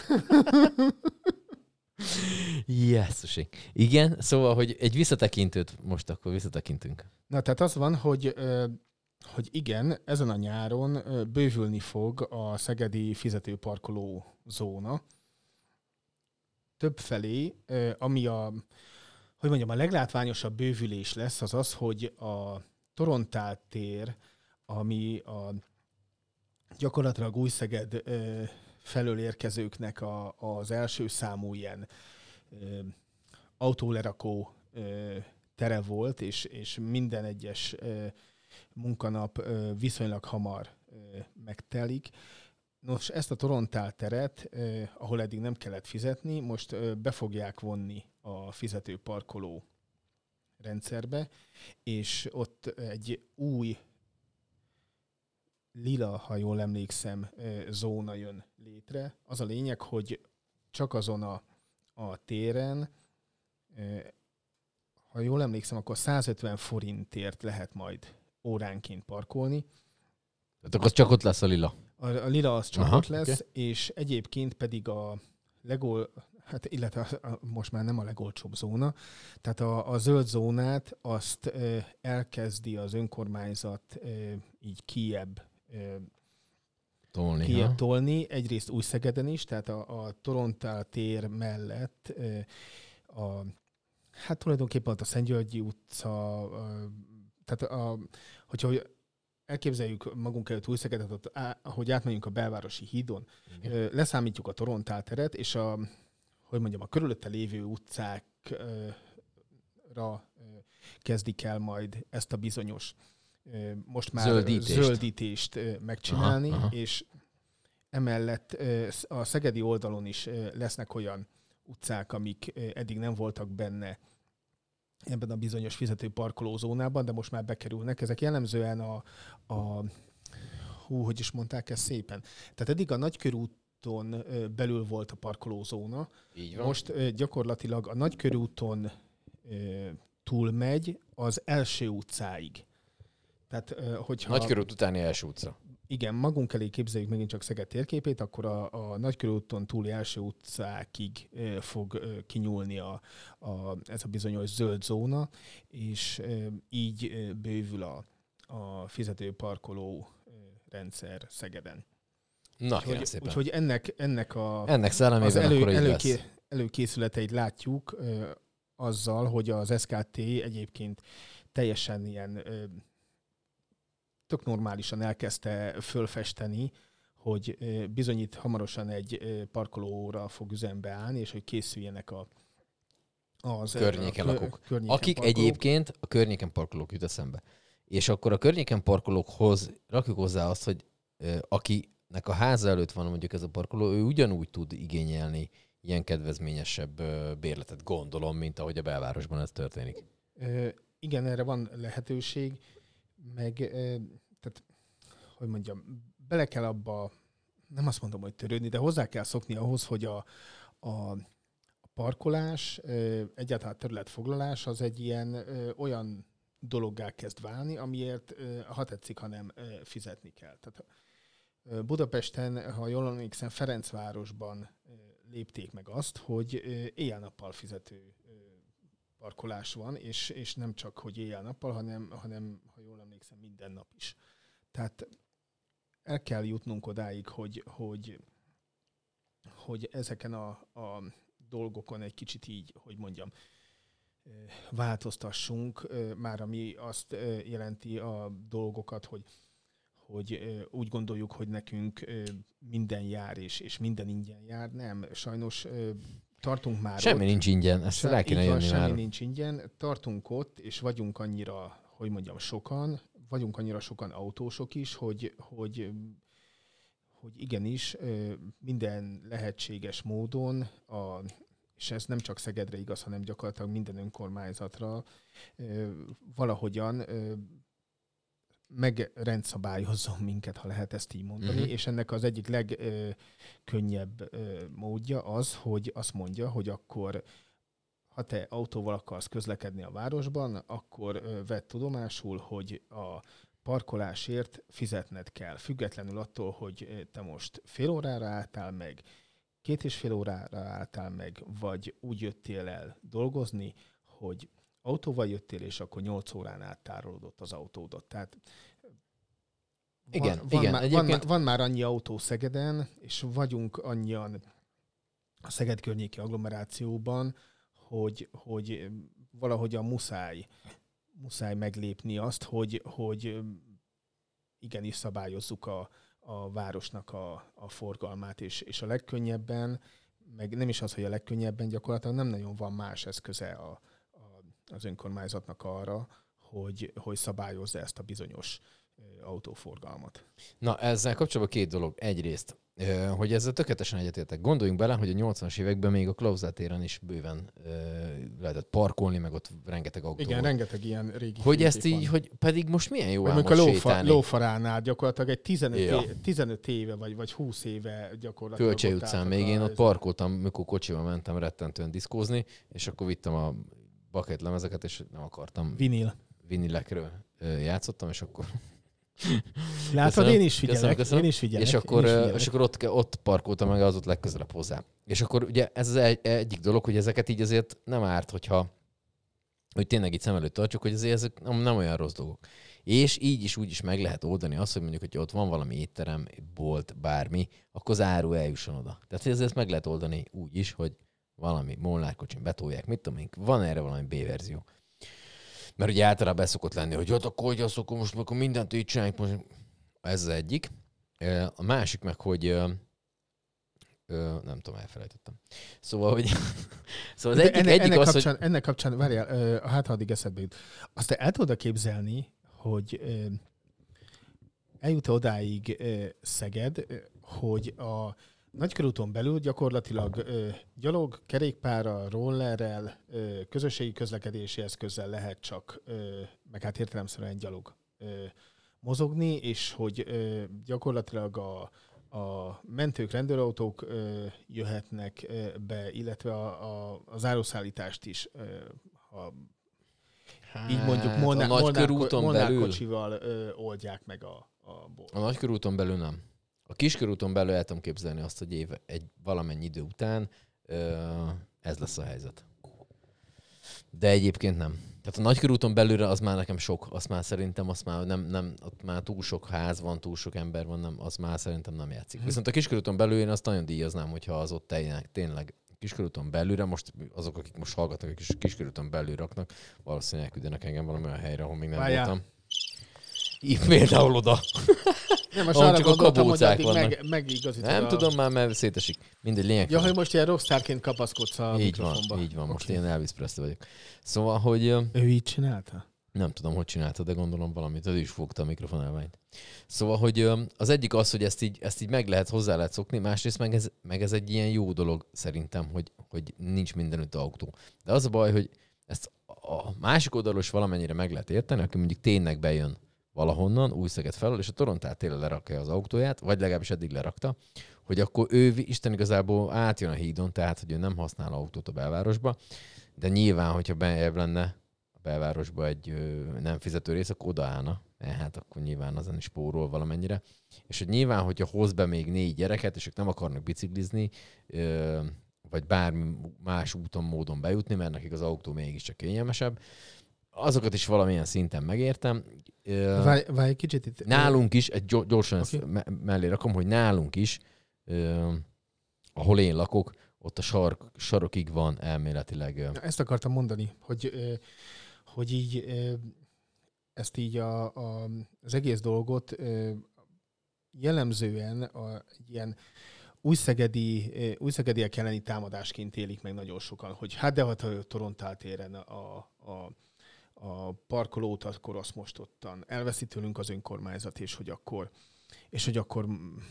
Jesszusi. Igen, szóval, hogy egy visszatekintőt most akkor visszatekintünk. Na, tehát az van, hogy, hogy igen, ezen a nyáron bővülni fog a szegedi fizetőparkoló zóna. Többfelé, ami a, hogy mondjam, a leglátványosabb bővülés lesz, az az, hogy a Torontál tér, ami a gyakorlatilag Újszeged felől érkezőknek a, az első számú ilyen ö, autólerakó ö, tere volt, és, és minden egyes ö, munkanap ö, viszonylag hamar ö, megtelik. Nos, ezt a Torontál teret, ö, ahol eddig nem kellett fizetni, most ö, be fogják vonni a fizetőparkoló rendszerbe, és ott egy új lila, ha jól emlékszem, zóna jön létre. Az a lényeg, hogy csak azon a, a téren, ha jól emlékszem, akkor százötven forintért lehet majd óránként parkolni. Tehát akkor csak ott lesz a lila. A, a lila az csak Aha, ott lesz, okay. És egyébként pedig a legol, hát illetve a, a, most már nem a legolcsóbb zóna, tehát a, a zöld zónát azt ö, elkezdi az önkormányzat ö, így kijebb Tolni, kijebb tolni. Egyrészt Újszegeden is, tehát a, a Torontál tér mellett a, hát tulajdonképpen ott a Szentgyörgyi utca, a, tehát a, hogyha elképzeljük magunk előtt Újszegedet, ott, ahogy átmegyünk a belvárosi hídon, igen. Leszámítjuk a Torontál teret, és a, hogy mondjam, a körülötte lévő utcákra kezdik el majd ezt a bizonyos most már zöldítést, zöldítést megcsinálni, aha, aha. És emellett a szegedi oldalon is lesznek olyan utcák, amik eddig nem voltak benne ebben a bizonyos fizetőparkolózónában, de most már bekerülnek. Ezek jellemzően a, a hú, hogy is mondták ezt szépen. Tehát eddig a Nagykörúton belül volt a parkolózóna. Így van. Most gyakorlatilag a Nagykörúton túlmegy az első utcáig. Tehát, hogyha... Nagykörút utáni első utca. Igen, magunk elé képzeljük megint csak Szeged térképét, akkor a, a Nagykörúton túli első utcákig e, fog e, kinyúlni a, a, ez a bizonyos zöld zóna, és e, így e, bővül a, a fizetőparkoló e, rendszer Szegeden. Na, úgyhogy, szépen. Úgyhogy ennek, ennek, a, ennek az elő, előké, lesz. előkészületeit látjuk e, azzal, hogy az es ká té egyébként teljesen ilyen... E, tök normálisan elkezdte fölfesteni, hogy bizony itt hamarosan egy parkolóra fog üzembe állni, és hogy készüljenek a, Az, környéken a, lakók. környéken Akik parkolók. egyébként a környéken parkolók jut eszembe. És akkor a környéken parkolókhoz rakjuk hozzá azt, hogy ö, akinek a háza előtt van mondjuk ez a parkoló, ő ugyanúgy tud igényelni ilyen kedvezményesebb ö, bérletet, gondolom, mint ahogy a belvárosban ez történik. Ö, igen, erre van lehetőség, meg, ö, tehát, hogy mondjam, bele kell abba, nem azt mondom, hogy törődni, de hozzá kell szokni ahhoz, hogy a, a parkolás, ö, egyáltalán területfoglalás az egy ilyen ö, olyan dologgá kezd válni, amiért, ö, ha tetszik, ha nem, ö, fizetni kell. Tehát ö, Budapesten, ha jól emlékszem, Ferencvárosban ö, lépték meg azt, hogy ö, éjjel-nappal fizető ö, parkolás van, és, és nem csak, hogy éjjel-nappal, hanem, hanem, ha jól emlékszem, minden nap is. Tehát el kell jutnunk odáig, hogy, hogy, hogy ezeken a, a dolgokon egy kicsit így, hogy mondjam, változtassunk, már ami azt jelenti a dolgokat, hogy, hogy úgy gondoljuk, hogy nekünk minden jár, és, és minden ingyen jár. Nem, sajnos tartunk már Semmi ott. nincs ingyen, ezt Se- rá kéne így van, jönni semmi már. nincs ingyen. Tartunk ott, és vagyunk annyira, hogy mondjam, sokan, vagyunk annyira sokan autósok is, hogy, hogy, hogy igenis minden lehetséges módon, a, és ez nem csak Szegedre igaz, hanem gyakorlatilag minden önkormányzatra valahogyan megrendszabályozzon minket, ha lehet ezt így mondani, Mhm. és ennek az egyik legkönnyebb módja az, hogy azt mondja, hogy akkor ha te autóval akarsz közlekedni a városban, akkor ö, vedd tudomásul, hogy a parkolásért fizetned kell. Függetlenül attól, hogy ö, te most fél órára álltál meg, két és fél órára álltál meg, vagy úgy jöttél el dolgozni, hogy autóval jöttél, és akkor nyolc órán át tárolódott az autódat. Tehát Igen, van, van, igen, már, egyébként- van, már, van már annyi autó Szegeden, és vagyunk annyian a Szeged környéki agglomerációban, hogy, hogy valahogyan muszáj, muszáj meglépni azt, hogy, hogy igenis szabályozzuk a, a városnak a, a forgalmát, és, és a legkönnyebben, meg nem is az, hogy a legkönnyebben, gyakorlatilag nem nagyon van más eszköze a, a, az önkormányzatnak arra, hogy, hogy szabályozza ezt a bizonyos ö, autóforgalmat. Na, ezzel kapcsolatban két dolog. Egyrészt, ö, hogy ezzel tökéletesen egyetértek. Gondoljunk bele, hogy a nyolcvanas években még a Klauzál téren is bőven ö, lehetett parkolni, meg ott rengeteg autó Igen, volt. rengeteg ilyen régi Hogy fénykép ezt így, van. hogy pedig most milyen jó Vagy ám mondjuk a most lófa, sétálni. lófaránál gyakorlatilag egy tizenöt, Ja. é, tizenöt éve, vagy, vagy húsz éve gyakorlatilag. Kölcsei ott utcán álltak még a- én ott parkoltam, mikor kocsival mentem rettentően diszkózni, és akkor vittem a bucket lemezeket, és nem akartam Vinil. vinilekről ö, játszottam, és akkor... Látod, Köszönöm, én is figyelek, köszönöm, köszönöm. én is figyelek. És én akkor, is ö, figyelek. és akkor ott, ott parkoltam meg, az ott legközelebb hozzá. És akkor ugye ez az egy, egyik dolog, hogy ezeket így azért nem árt, hogyha hogy tényleg itt szem előtt tartsuk, hogy azért ezek nem, nem olyan rossz dolgok. És így is úgy is meg lehet oldani azt, hogy mondjuk, hogy ott van valami étterem, bolt, bármi, akkor az áru eljusson oda. Tehát hogy ezt meg lehet oldani úgy is, hogy valami molnárkocsin betolják, mit tudom én, van erre valami B-verzió. Mert ugye általában ez szokott lenni, hogy ott akkor, hogy azt akkor most akkor mindent így csináljuk. Most... Ez az egyik. Ö, A másik meg, hogy ö, ö, nem tudom, elfelejtettem. Szóval, hogy szóval az De egyik, ennek, egyik ennek, az, kapcsán, hogy... ennek kapcsán, várjál, ö, hát ha addig eszedbe jut. Azt te el tudod képzelni, hogy ö, eljut odáig ö, Szeged, ö, hogy a Nagykörúton belül gyakorlatilag ö, gyalog, kerékpárral, rollerrel, ö, közösségi közlekedési eszközzel lehet csak, ö, meg hát értelemszerűen gyalog ö, mozogni, és hogy ö, gyakorlatilag a, a mentők, rendőrautók ö, jöhetnek ö, be, illetve a, a, az áruszállítást is, ö, ha így mondjuk Hát, Molnár, a Molnár, nagykörúton Molnár belül, kocsival ö, oldják meg a, a bort. a nagykörúton belül nem. A kiskörúton belül el tudom képzelni azt, hogy év, egy valamennyi idő után ö, ez lesz a helyzet. De egyébként nem. Tehát a nagykörúton belülre az már nekem sok, azt már szerintem, azt már nem, nem, ott már túl sok ház van, túl sok ember van, nem, az már szerintem nem játszik. Viszont a kiskörúton belül én azt nagyon díjaznám, hogyha az ott tényleg, tényleg kiskörúton belülre, most azok, akik most hallgatnak, és kiskörúton belül raknak, valószínűleg elküldenek engem valami olyan helyre, ahol még nem Várjál. voltam. Így például oda. Nem, most Ahol arra csak a gondoltam, hogy kabócák addig vannak. meg, megigazítod Nem a... tudom már, mert szétesik. Mindegy, lényeg. Ja, hogy most ilyen rockstarként kapaszkodsz a így van, mikrofonba. így van. Most Oké. én Elvis Presley vagyok. Szóval, hogy ö, Ő így csinálta? nem tudom, hogy csinálta, de gondolom valamit. Ő is fogta a mikrofon elványt. Szóval, hogy ö, az egyik az, hogy ezt így, ezt így meg lehet, hozzá lehet szokni, másrészt meg ez, meg ez egy ilyen jó dolog szerintem, hogy, hogy nincs mindenütt autó. De az a baj, hogy ezt a másik oldalról is valamennyire meg lehet érteni, aki mondjuk tényleg bejön valahonnan, Új-Szeged felől, és a Torontál tényleg lerakja az autóját, vagy legalábbis eddig lerakta, hogy akkor ő Isten igazából átjön a hídon, tehát hogy ő nem használ autót a belvárosba, de nyilván, hogyha bejebb lenne a belvárosba egy ö, nem fizető rész, akkor odaállna, mert hát akkor nyilván azon is spórol valamennyire. És hogy nyilván, hogyha hoz be még négy gyereket, és ők nem akarnak biciklizni, ö, vagy bármi más úton, módon bejutni, mert nekik az autó mégiscsak kényelmesebb, azokat is valamilyen szinten megértem. Ö, Várj, várj egy kicsit itt. Nálunk is, egy gyo- gyorsan Oké. okay. ezt me- mellé rakom, hogy nálunk is, ö, ahol én lakok, ott a sark, sarokig van elméletileg. Ö. Na, ezt akartam mondani, hogy, ö, hogy így ö, ezt így a, a, az egész dolgot ö, jellemzően a, egy ilyen újszegedi, ö, újszegediek elleni támadásként élik meg nagyon sokan, hogy hát de hát a Torontál téren a, a, a parkolót, akkor azt most ottan elveszi tőlünk az önkormányzat, és hogy akkor, és hogy akkor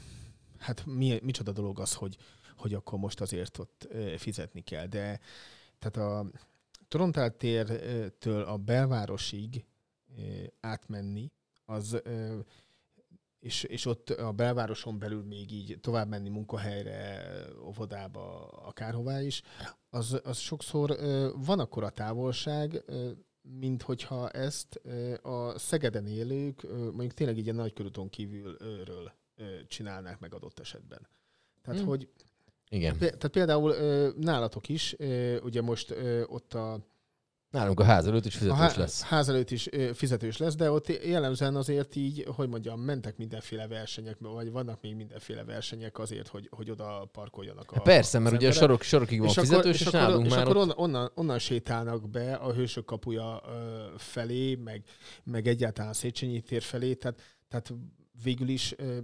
hát mi, micsoda dolog az, hogy, hogy akkor most azért ott ö, fizetni kell. De tehát a Torontál tértől a belvárosig ö, átmenni, az, ö, és, és ott a belvároson belül még így tovább menni munkahelyre, óvodába, akárhová is, az, az sokszor ö, van akkora távolság, ö, mint hogyha ezt ö, a Szegeden élők ö, mondjuk tényleg így a nagykörúton kívülről ö, csinálnák meg adott esetben. Tehát, Hmm. hogy Igen. Pé- Tehát például ö, nálatok is, ö, ugye most ö, ott a, Nálunk a ház előtt is a fizetős há- lesz. ház előtt is ö, fizetős lesz, de ott jellemzően azért így, hogy mondjam, mentek mindenféle versenyek, vagy vannak még mindenféle versenyek azért, hogy, hogy oda parkoljanak a Persze, az mert ugye a emberek. sarok, sarokig van és fizetős, akkor, és, és, és akkor, nálunk és már akkor ott... onnan, onnan, onnan sétálnak be a Hősök kapuja ö, felé, meg, meg egyáltalán a Széchenyi tér felé, tehát, tehát végül is ö,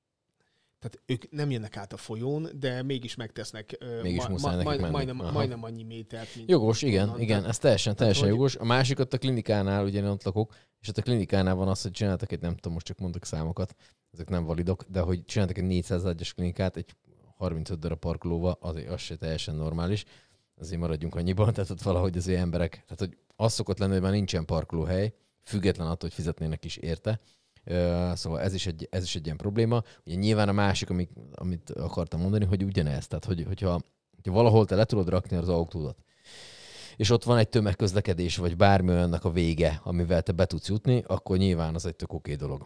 tehát ők nem jönnek át a folyón, de mégis megtesznek ö, Mégis muszáj nekik menni. majdnem, Aha. majdnem annyi métert, mint Jogos, igen, onnan. igen, Tehát- ez teljesen, teljesen hogy- jogos. A másik ott a klinikánál, ugye én ott lakok, és ott a klinikánál van az, hogy csináltak egy, nem tudom, most csak mondok számokat, ezek nem validok, de hogy csináltak egy négyszáz ágyas klinikát, egy harmincöt darab parkolóval, az, az se teljesen normális, azért maradjunk annyiban, tehát ott valahogy az emberek, tehát hogy az szokott lenni, hogy már nincsen parkolóhely, független attól, hogy fizetnének is érte. Uh, szóval ez is, egy, ez is egy ilyen probléma. Ugye nyilván a másik, amit, amit akartam mondani, hogy ugyanez, tehát hogy, hogyha, hogyha valahol te le tudod rakni az autódat, és ott van egy tömegközlekedés, vagy bármi olyannak a vége, amivel te be tudsz jutni, akkor nyilván az egy tök oké dolog.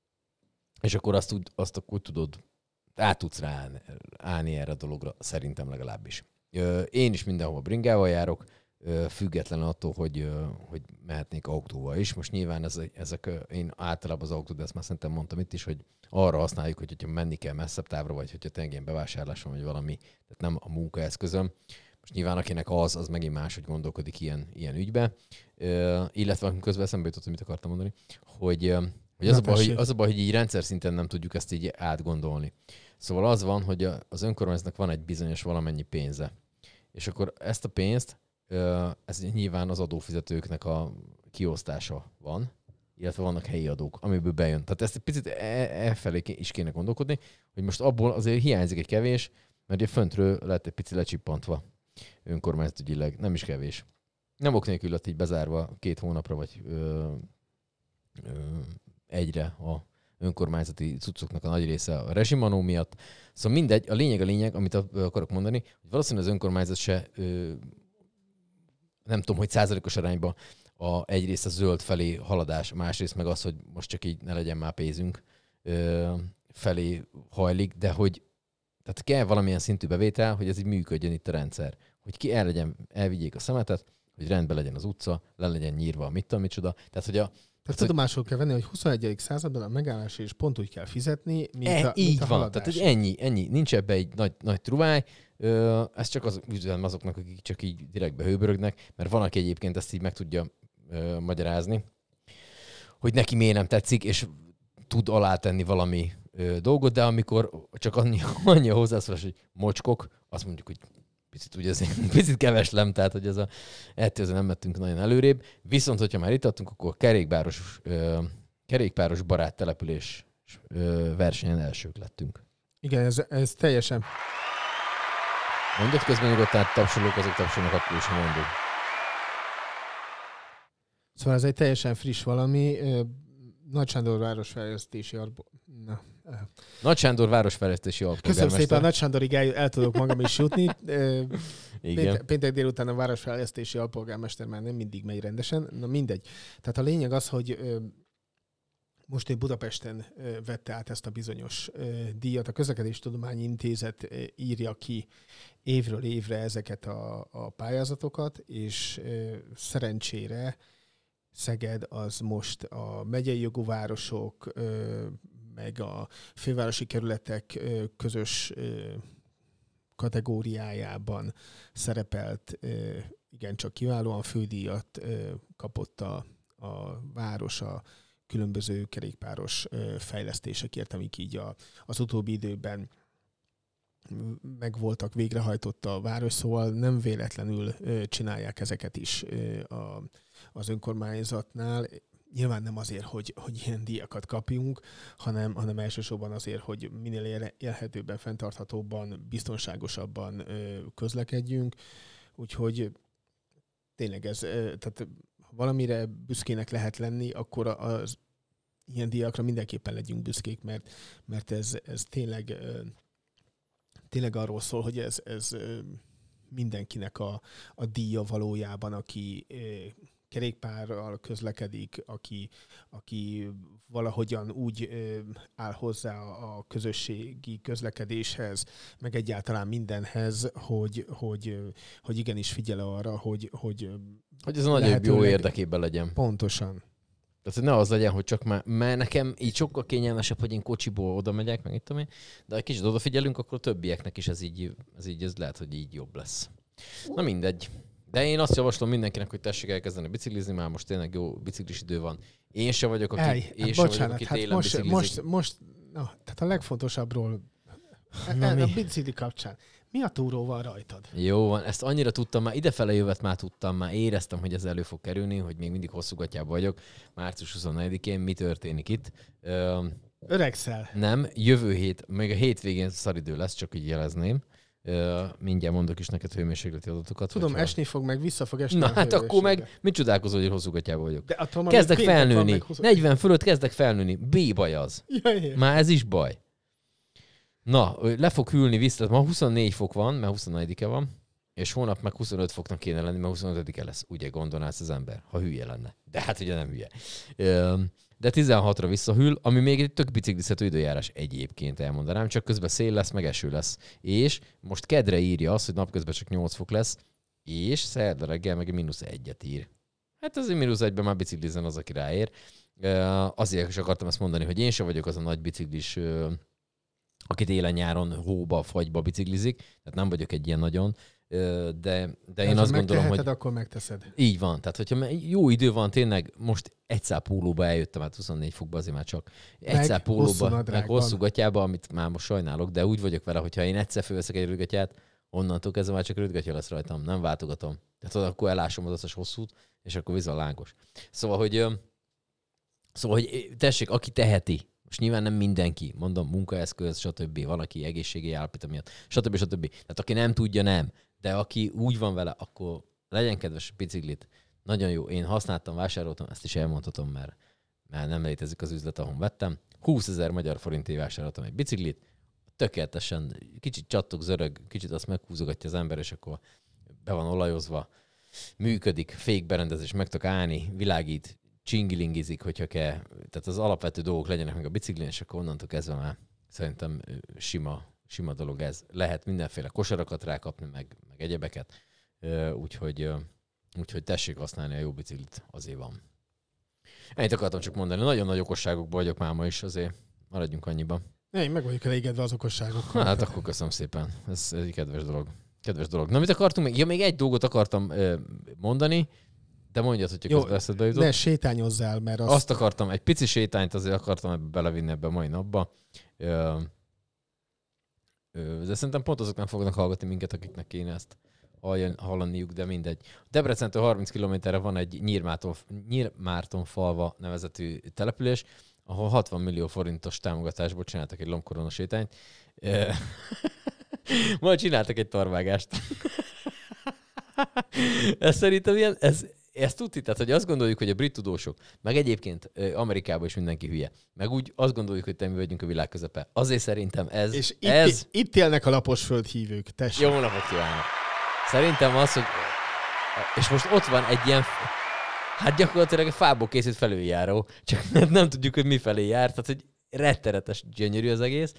És akkor azt, úgy, azt akkor tudod, át tudsz rá állni erre a dologra, szerintem legalábbis. Uh, én is mindenhol bringával járok, független attól, hogy, hogy mehetnék autóval is. Most nyilván ezek, ezek, én általában az autót, de ezt már szerintem mondtam itt is, hogy arra használjuk, hogy hogyha menni kell messzebb távra, vagy hogyha tényleg ilyen bevásárlás van, vagy valami, tehát nem a munkaeszközöm. Most nyilván akinek az, az megint más, hogy gondolkodik ilyen, ilyen ügybe. Uh, illetve közben eszembe jutott, hogy mit akartam mondani, hogy, uh, hogy, az, a baj, hogy az a baj, hogy így rendszer szinten nem tudjuk ezt így átgondolni. Szóval az van, hogy az önkormányzatnak van egy bizonyos valamennyi pénze. És akkor ezt a pénzt ez nyilván az adófizetőknek a kiosztása van, illetve vannak helyi adók, amiből bejön. Tehát ezt egy picit elfelé is kéne gondolkodni, hogy most abból azért hiányzik egy kevés, mert ugye föntről lett egy picit lecsippantva önkormányzatügyileg, nem is kevés. Nem ok nélkül lett így bezárva két hónapra, vagy ö, ö, egyre a önkormányzati cuccoknak a nagy része a rezsimanó miatt. Szóval mindegy, a lényeg a lényeg, amit akarok mondani, hogy valószínűleg az önkormányzat se ö, nem tudom, hogy százalékos arányban a, egyrészt a zöld felé haladás, másrészt meg az, hogy most csak így ne legyen már pénzünk ö, felé hajlik, de hogy tehát kell valamilyen szintű bevétel, hogy ez így működjön itt a rendszer. Hogy ki el legyen, elvigyék a szemetet, hogy rendben legyen az utca, le legyen nyírva, mit tudom, micsoda. Tehát, hogy a Tehát tudomásul kell venni, hogy huszonegyedik században a megállás és pont úgy kell fizetni, mint e, a, így mint a van, haladás. tehát hogy ennyi, ennyi, nincs ebbe egy nagy, nagy truváj, Ö, ez csak az üzenem azoknak, akik csak így direktbe hőbörögnek, mert van, aki egyébként ezt így meg tudja ö, magyarázni, hogy neki miért nem tetszik, és tud alátenni valami ö, dolgot, de amikor csak annyi, annyi a hozzászólás, hogy mocskok, azt mondjuk, hogy picit, ugye azért, picit keveslem, tehát hogy ez a, ettől nem mettünk nagyon előrébb. Viszont, hogyha már itt adtunk, akkor kerékpáros, ö, kerékpáros barát település ö, versenyen elsők lettünk. Igen, ez, ez teljesen... Mondjad közben nyugodtan, tapsolók, azok tapsolnak, akkor is mondjuk. Szóval ez egy teljesen friss valami. Nagy Sándor városfejlesztési alpo... Na. Nagy Sándor városfejlesztési alpolgármester. Köszönöm szépen, Nagy Sándorig el, el tudok magam is jutni. Igen. Péntek, péntek délután a városfejlesztési alpolgármester már nem mindig megy rendesen. Na mindegy. Tehát a lényeg az, hogy most én Budapesten vette át ezt a bizonyos díjat. A Közlekedéstudományi Intézet írja ki évről évre ezeket a, a pályázatokat, és szerencsére Szeged az most a megyei jogú városok, meg a fővárosi kerületek közös kategóriájában szerepelt, igencsak kiválóan fődíjat kapott a, a város a különböző kerékpáros fejlesztésekért, amik így a, az utóbbi időben meg voltak, végrehajtotta a város, szóval nem véletlenül csinálják ezeket is a, az önkormányzatnál. Nyilván nem azért, hogy, hogy ilyen díjakat kapjunk, hanem, hanem elsősorban azért, hogy minél élhetőbben, fenntarthatóbban, biztonságosabban közlekedjünk. Úgyhogy tényleg ez, tehát ha valamire büszkének lehet lenni, akkor az ilyen díjakra mindenképpen legyünk büszkék, mert, mert ez, ez tényleg, tényleg arról szól, hogy ez, ez mindenkinek a, a díja valójában, aki kerékpárral közlekedik, aki, aki valahogyan úgy áll hozzá a közösségi közlekedéshez, meg egyáltalán mindenhez, hogy, hogy, hogy igenis figyel arra, hogy, hogy, hogy ez a nagyobb jó érdekében legyen. Pontosan. Tehát, hogy ne az legyen, hogy csak már, mert nekem így sokkal kényelmesebb, hogy én kocsiból oda megyek, meg itt tudom én, de ha kicsit odafigyelünk, akkor a többieknek is ez így, ez így ez lehet, hogy így jobb lesz. Na mindegy. De én azt javaslom mindenkinek, hogy tessék elkezdeni biciklizni, már most tényleg jó biciklis idő van. Én se vagyok, aki, Ej, én hát se bocsánat, vagyok, aki hát télen most, biciklizik. most, most na, tehát a legfontosabbról Na, a, mi? a bicikli kapcsán. Mi a túró van rajtad? Jó van, ezt annyira tudtam már, idefele jövet már tudtam, már éreztem, hogy ez elő fog kerülni, hogy még mindig hosszú gatyában vagyok. március huszonnegyedikén mi történik itt? Ö, Öregszel. nem, jövő hét, még a hétvégén szaridő lesz, csak így jelezném. Ö, mindjárt mondok is neked hőmérsékleti adatokat. Tudom, hogyha... esni fog, meg vissza fog esni. Na a hát akkor meg hőmérséklet. mit csodálkozol, hogy hosszú gatyában vagyok? De attól már Kezdek még péntek van, felnőni. meg húsz- negyven fölött kezdek felnőni. B-baj az. Ja, ja. Már ez is baj. Na, le fog hűlni vissza. Ma huszonnégy fok van, mert huszonnegyedike van, és holnap meg huszonöt foknak kéne lenni, mert huszonötödike lesz. Ugye gondolnász az ember, ha hülye lenne. De hát ugye nem hülye. De tizenhatra visszahűl, ami még egy tök biciklizhető időjárás egyébként elmondanám, csak közben szél lesz, meg eső lesz. És most kedre írja azt, hogy napközben csak nyolc fok lesz, és szerda reggel meg mínusz egyet ír. Hát azért mínusz egyben már biciklizzen az, aki ráér. Azért is akartam ezt mondani, hogy én sem vagyok az a nagy biciklis, aki télen-nyáron hóba, fagyba biciklizik, tehát nem vagyok egy ilyen nagyon, de, de én Ha azt gondolom, hogy... akkor megteszed. Így van, tehát hogyha jó idő van, tényleg most egy szál pólóba eljöttem, hát huszonnégy fokba azért már csak egy Meg szál hosszú pólóba, meg nadrágban. hosszú gatyába, amit már most sajnálok, de úgy vagyok vele, hogyha én egyszer fölveszek egy rövidgatyát, onnantól kezdve már csak rövidgatya lesz rajtam, nem váltogatom. Tehát akkor elásom az összes hosszút, és akkor viszont lángos. Szóval, hogy, szóval, hogy tessék, aki teheti, most nyilván nem mindenki, mondom, munkaeszköz, stb. Valaki egészségi állapota miatt, stb. stb. Tehát aki nem tudja, nem. De aki úgy van vele, akkor legyen kedves biciklit. Nagyon jó. Én használtam, vásároltam, ezt is elmondhatom, mert, mert nem létezik az üzlet, ahol vettem. húszezer magyar forintért vásároltam egy biciklit. Tökéletesen, kicsit csattog, zörög, kicsit azt meghúzogatja az ember, és akkor be van olajozva, működik, fékberendezés, meg tudok állni, világít, csingilingizik, hogyha kell. Tehát az alapvető dolgok legyenek meg a biciklin, és akkor onnantól kezdve már szerintem sima, sima dolog ez. Lehet mindenféle kosarakat rákapni, meg, meg egyebeket. Úgyhogy, úgyhogy tessék használni a jó biciklit, azért van. Ennyit akartam csak mondani. Nagyon nagy okosságokban vagyok máma is, azért maradjunk annyiban. Én meg vagyok elégedve az okosságokkal. Hát akkor köszönöm szépen. Ez, ez egy kedves dolog. Kedves dolog. Na, mit akartunk még? Ja, még egy dolgot akartam mondani. De mondjad, hogyha Jó, közben eszedbe jutott. Ne sétányozzál, mert azt... Azt akartam, egy pici sétányt azért akartam ebbe belevinni ebbe a mai napba. Ö, ö, de szerintem pont azok nem fognak hallgatni minket, akiknek kéne ezt hallani, hallaniuk, de mindegy. Debrecentől harminc kilométerre van egy Nyírmárton, Nyírmártonfalva nevezetű település, ahol hatvan millió forintos támogatásból csináltak egy lombkorona sétányt. Ö, majd csináltak egy tarvágást. Ez szerintem ilyen, ez, ezt tudti, tehát hogy azt gondoljuk, hogy a brit tudósok, meg egyébként Amerikában is mindenki hülye, meg úgy azt gondoljuk, hogy te mi vagyunk a világ közepe. Azért szerintem ez... És itt, ez... itt élnek a laposföld hívők, tessék. Jó napot kívánok! Szerintem az, hogy... És most ott van egy ilyen... Hát gyakorlatilag egy fából készült felüljáró, csak nem tudjuk, hogy mi felé jár, tehát hogy rettenetes gyönyörű az egész.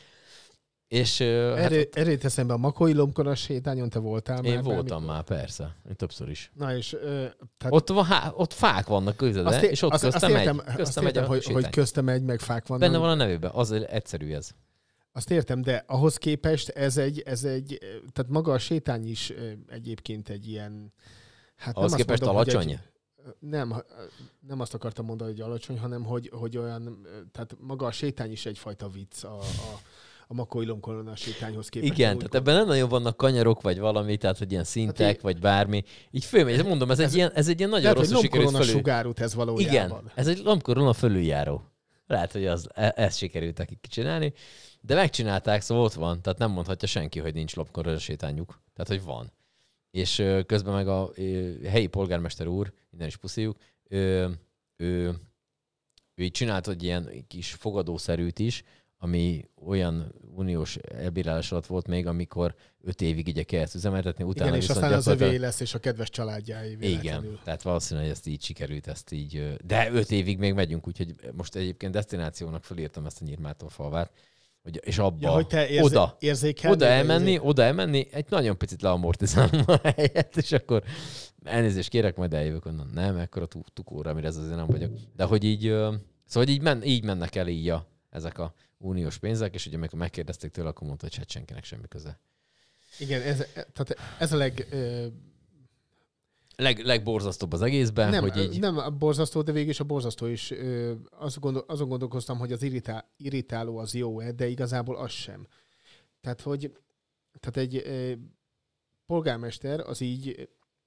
És, Erő, hát erőt eszembe a Makói lombkora sétányon, te voltál én már? voltam már, persze. Én többször is. Na és... Ö, tehát Ott, van, há, ott fák vannak közben, és ott azt, közte azt megy. értem, Közte azt megy értem, a hogy, sétány. hogy közte megy, meg fák vannak. Benne van a nevében, az egyszerű ez. Azt értem, de ahhoz képest ez egy, ez egy, tehát maga a sétány is ö, egyébként egy ilyen... Hát Ahhoz nem azt képest mondom, hogy alacsony? Egy, nem, nem azt akartam mondani, hogy alacsony, hanem hogy, hogy olyan, tehát maga a sétány is egyfajta vicc a, a, a Makói lombkorona sétányhoz képest. Igen, tehát ebben nem nagyon vannak kanyarok, vagy valami, tehát hogy ilyen szintek, Hát vagy bármi. Így fölmegy, mondom, ez, ez, egy, ilyen, ez egy ilyen nagyon lehet, rosszul hogy sikerült lombkorona fölül. sugárút ez valójában. Igen, ez egy lombkorona fölüljáró. Lehet, hogy az, e- ezt sikerült nekik csinálni, de megcsinálták, szóval ott van, tehát nem mondhatja senki, hogy nincs lombkorona sétányuk. Tehát, hogy van. És ö, közben meg a ö, helyi polgármester úr, innen is puszíjuk, ö, ő, ő így csinált egy ilyen kis fogadószerűt is, ami olyan uniós elbírálás alatt volt még, amikor öt évig így kell ezt üzemeltetni, utána Igen, és viszont aztán az gyakorlatilag- övé lesz, és a kedves családjáé véletlenül. Igen, tehát valószínűleg ezt így sikerült, ezt így, ö, de öt évig még megyünk, úgyhogy most egyébként destinációnak felírtam ezt a Nyírmártonfalvát, hogy, és abba, Ja, hogy te érzé- oda, érzékelni, oda vagy elmenni, érzé- oda elmenni, egy nagyon picit leamortizálom a helyet, és akkor elnézést kérek, majd eljövök onnan. Nem, ekkora tu- tukóra, amire ez azért nem vagyok. De hogy így, ö, szóval hogy így, men, így mennek el így a, ezek a uniós pénzek, és ugye amikor megkérdezték tőle, akkor mondta, hogy hát senkinek semmi köze. Igen, ez, tehát ez a leg... Ö, Leg, legborzasztóbb az egészben, nem, hogy így... nem a borzasztó, de végig is a borzasztó is. Ö, azt gondol, azon gondolkoztam, hogy az irritál, irritáló az jó-e, de igazából az sem. Tehát, hogy tehát egy ö, polgármester az így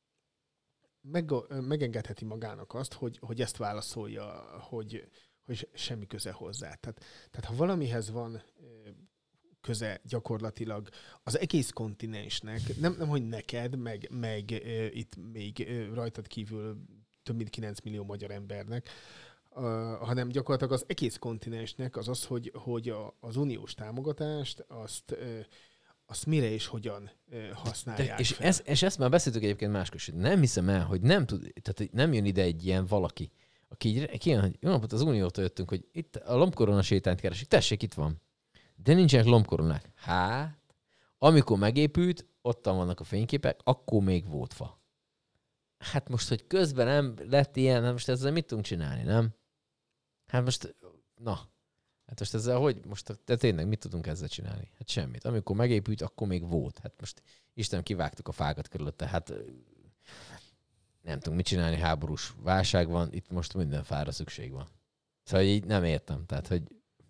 meg, megengedheti magának azt, hogy, hogy ezt válaszolja, hogy, hogy semmi köze hozzá. Tehát, tehát ha valamihez van ö, köze gyakorlatilag az egész kontinensnek, nem, nem hogy neked, meg, meg uh, itt még uh, rajtad kívül több mint kilenc millió magyar embernek, uh, hanem gyakorlatilag az egész kontinensnek az az, hogy, hogy a, az uniós támogatást azt, uh, azt mire és hogyan uh, használják De, és, fel. ez, és ezt már beszéltük egyébként máskor is. Nem hiszem el, hogy nem tud, tehát hogy nem jön ide egy ilyen valaki, aki így kijön, hogy jó napot, az Uniótól jöttünk, hogy itt a lombkorona sétányt keresik. Tessék, itt van. De nincsenek lombkoronák. Hát, amikor megépült, ottan vannak a fényképek, akkor még volt fa. Hát most, hogy közben nem lett ilyen, hát most ezzel mit tudunk csinálni, nem? Hát most, na, hát most ezzel hogy, most de tényleg mit tudunk ezzel csinálni? Hát semmit. Amikor megépült, akkor még volt. Hát most Isten kivágtuk a fákat körülötte, hát nem tudunk mit csinálni, háborús válság van, itt most minden fára szükség van. Szóval így nem értem, tehát, hogy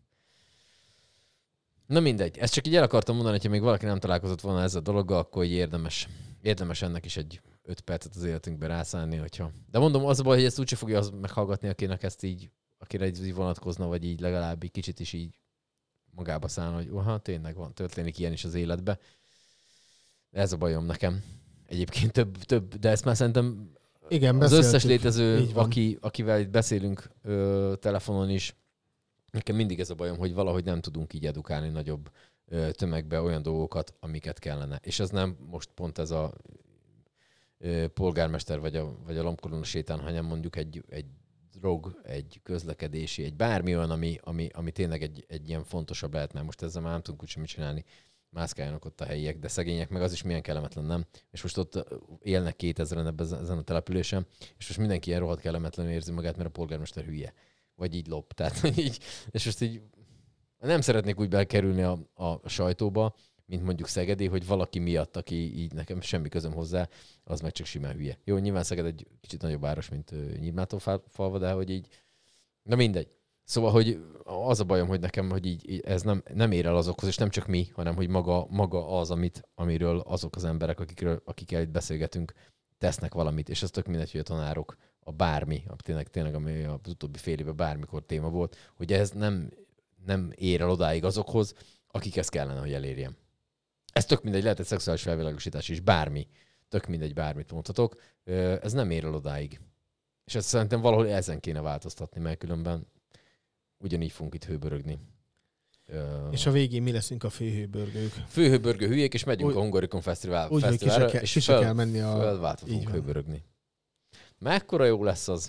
na mindegy, ezt csak így el akartam mondani, hogyha még valaki nem találkozott volna ezzel a dologgal, akkor így érdemes, érdemes ennek is egy öt percet az életünkbe rászállni, hogyha... De mondom, az a baj, hogy ezt úgyse fogja az meghallgatni, akinek ezt így, akire így vonatkozna, vagy így legalább egy kicsit is így magába szállna, hogy aha, tényleg van, történik ilyen is az életbe. Ez a bajom nekem. Egyébként több, több de ezt már szerintem Igen, az beszéltük. összes létező, Így van. aki, akivel itt beszélünk ö, telefonon is, nekem mindig ez a bajom, hogy valahogy nem tudunk így edukálni nagyobb ö, tömegbe olyan dolgokat, amiket kellene. És ez nem most pont ez a ö, polgármester vagy a, vagy a lombkorona sétán, hanem mondjuk egy, egy drog, egy közlekedési, egy bármi olyan, ami, ami, ami tényleg egy, egy ilyen fontosabb lehet, mert most ezzel már nem tudunk úgysem mit csinálni. Mászkáljanak ott a helyiek, de szegények meg az is milyen kellemetlen, nem? És most ott élnek kétezren ebben ezen a településen, és most mindenki ilyen rohadt kellemetlenül érzi magát, mert a polgármester hülye. Vagy így lop. Tehát, így, és most így nem szeretnék úgy belkerülni a, a sajtóba, mint mondjuk Szegedi, hogy valaki miatt, aki így nekem semmi közöm hozzá, az meg csak simán hülye. Jó, nyilván Szeged egy kicsit nagyobb város, mint uh, Nyírmátorfalva, de hogy így, na mindegy. Szóval, hogy az a bajom, hogy nekem, hogy így, így ez nem, nem ér el azokhoz, és nem csak mi, hanem hogy maga, maga az, amit, amiről azok az emberek, akikről, akikkel itt beszélgetünk, tesznek valamit, és ez tök mindegy, hogy a tanárok, a bármi, tényleg, tényleg ami az utóbbi fél évben bármikor téma volt, hogy ez nem, nem ér el odáig azokhoz, akik ezt kellene, hogy elérjen. Ez tök mindegy, lehet egy szexuális felvilágosítás is, bármi, tök mindegy, bármit mondhatok, ez nem ér el odáig. És ezt szerintem valahol ezen kéne változtatni, mert különben ugyanígy fogunk itt hőbörögni. És a végén mi leszünk a főhőbörgők. Főhőbörgő hülyék, és megyünk úgy, a Hungaricon Fesztivál, úgy, fesztiválra, kell, és fel, kell menni a... felválthatunk hőbörögni. Mekkora jó lesz az?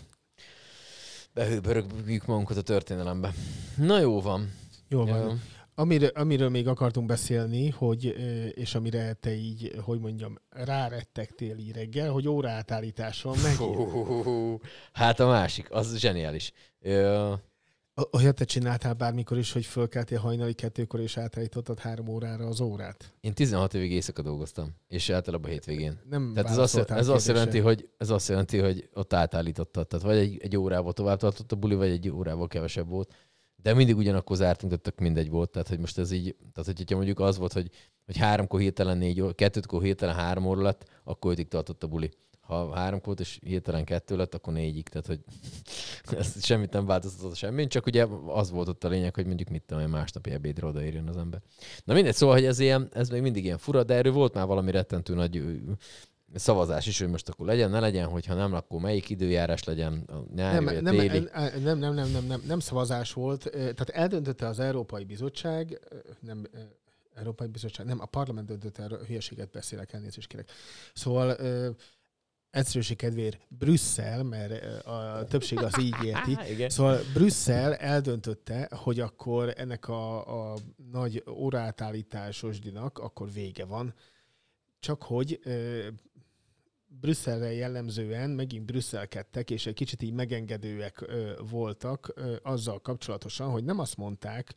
Behőbörögjük magunkat a történelembe. Na jó van. Jó van. Ja. Amiről, amiről még akartunk beszélni, hogy, és amire te így, hogy mondjam, rárettegtél így reggel, hogy óraátállításon megint. Hát a másik, az zseniális. Olyat te csináltál bármikor is, hogy fölkeltél hajnali kettőkor, és átállítottad három órára az órát? Én tizenhat évig éjszaka dolgoztam, és általában hétvégén. Nem Tehát ez azt, ez, azt jelenti, hogy, ez azt jelenti, hogy ott átállítottad. Tehát vagy egy, egy órával tovább tartott a buli, vagy egy órával kevesebb volt. De mindig ugyanakkor zártunk, de tök mindegy volt. Tehát, hogy most ez így, tehát hogyha mondjuk az volt, hogy, hogy háromkor hirtelen négy óra, kettőtkor hirtelen három óra lett, akkor ötig tartott a buli. Ha háromkor volt, és hirtelen kettő lett, akkor négyig. Tehát, hogy ez semmit nem változtatott semmi, csak ugye az volt ott a lényeg, hogy mondjuk mit tudom, másnapi ebédre odaérjön az ember. Na mindegy, szóval, hogy ez, ilyen, ez még mindig ilyen fura, de erről volt már valami rettentő nagy szavazás is, hogy most akkor legyen, ne legyen, hogyha nem, akkor melyik időjárás legyen, a nyári vagy a nem, téli. Nem, nem, nem, nem, nem, nem, nem szavazás volt. Tehát eldöntötte az Európai Bizottság, nem, Európai Bizottság, nem, a parlament döntötte, erről hülyeséget beszélek, elnézést kérek. Szóval egyszerűség kedvéért Brüsszel, mert a többség az így érti. Szóval Brüsszel eldöntötte, hogy akkor ennek a, a nagy óraátállításos dinak akkor vége van. Csak hogy ö, Brüsszelre jellemzően megint brüsszelkedtek, és egy kicsit így megengedőek ö, voltak ö, azzal kapcsolatosan, hogy nem azt mondták,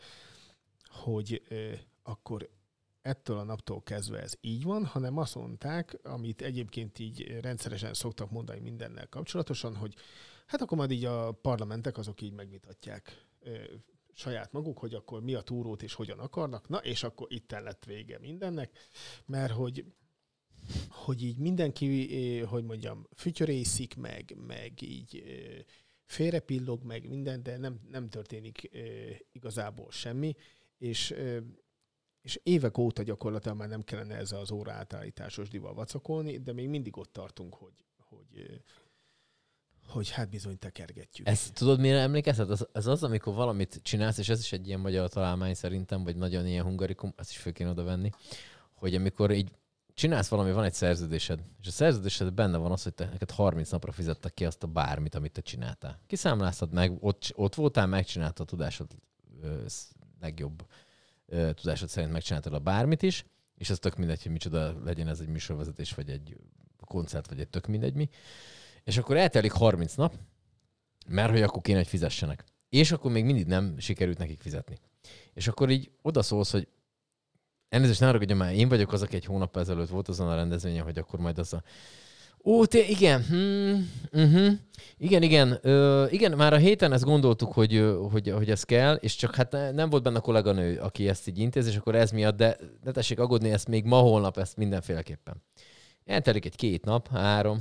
hogy ö, akkor ettől a naptól kezdve ez így van, hanem azt mondták, amit egyébként így rendszeresen szoktak mondani mindennel kapcsolatosan, hogy hát akkor majd így a parlamentek azok így megvitatják ö, saját maguk, hogy akkor mi a túrót és hogyan akarnak, na és akkor itten lett vége mindennek, mert hogy hogy így mindenki, hogy mondjam, fütyörészik meg, meg így félrepillog meg minden, de nem, nem történik igazából semmi, és, és évek óta gyakorlatilag már nem kellene ezzel az óraátállításos dival vacakolni, de még mindig ott tartunk, hogy, hogy, hogy hát bizony tekergetjük. Ezt tudod, mire emlékezhet? Ez, ez az, amikor valamit csinálsz, és ez is egy ilyen magyar találmány szerintem, vagy nagyon ilyen Hungarikum, ezt is föl kéne oda venni, hogy amikor így csinálsz valami, van egy szerződésed, és a szerződésed benne van az, hogy te neked harminc napra fizettek ki azt a bármit, amit te csináltál. Kiszámláztad meg, ott, ott voltál, megcsináltad a tudásod ö, legjobb ö, tudásod szerint megcsináltad a bármit is, és ez tök mindegy, hogy micsoda legyen ez egy műsorvezetés, vagy egy koncert, vagy egy tök mindegy mi. És akkor eltelik harminc nap, mert hogy akkor kéne, hogy fizessenek. És akkor még mindig nem sikerült nekik fizetni. És akkor így odaszólsz, hogy elnézést, ne haragudjon már, én vagyok az, aki egy hónap ezelőtt volt azon a rendezvényen, hogy akkor majd az a... Ó, té, igen, hmm, uh-huh. igen, igen, ö, igen, már a héten ezt gondoltuk, hogy, hogy, hogy ez kell, és csak hát nem volt benne a kolléganő, aki ezt így intéz, és akkor ez miatt, de ne tessék aggódni, ezt még ma, holnap, ezt mindenféleképpen. Eltelik egy két nap, három,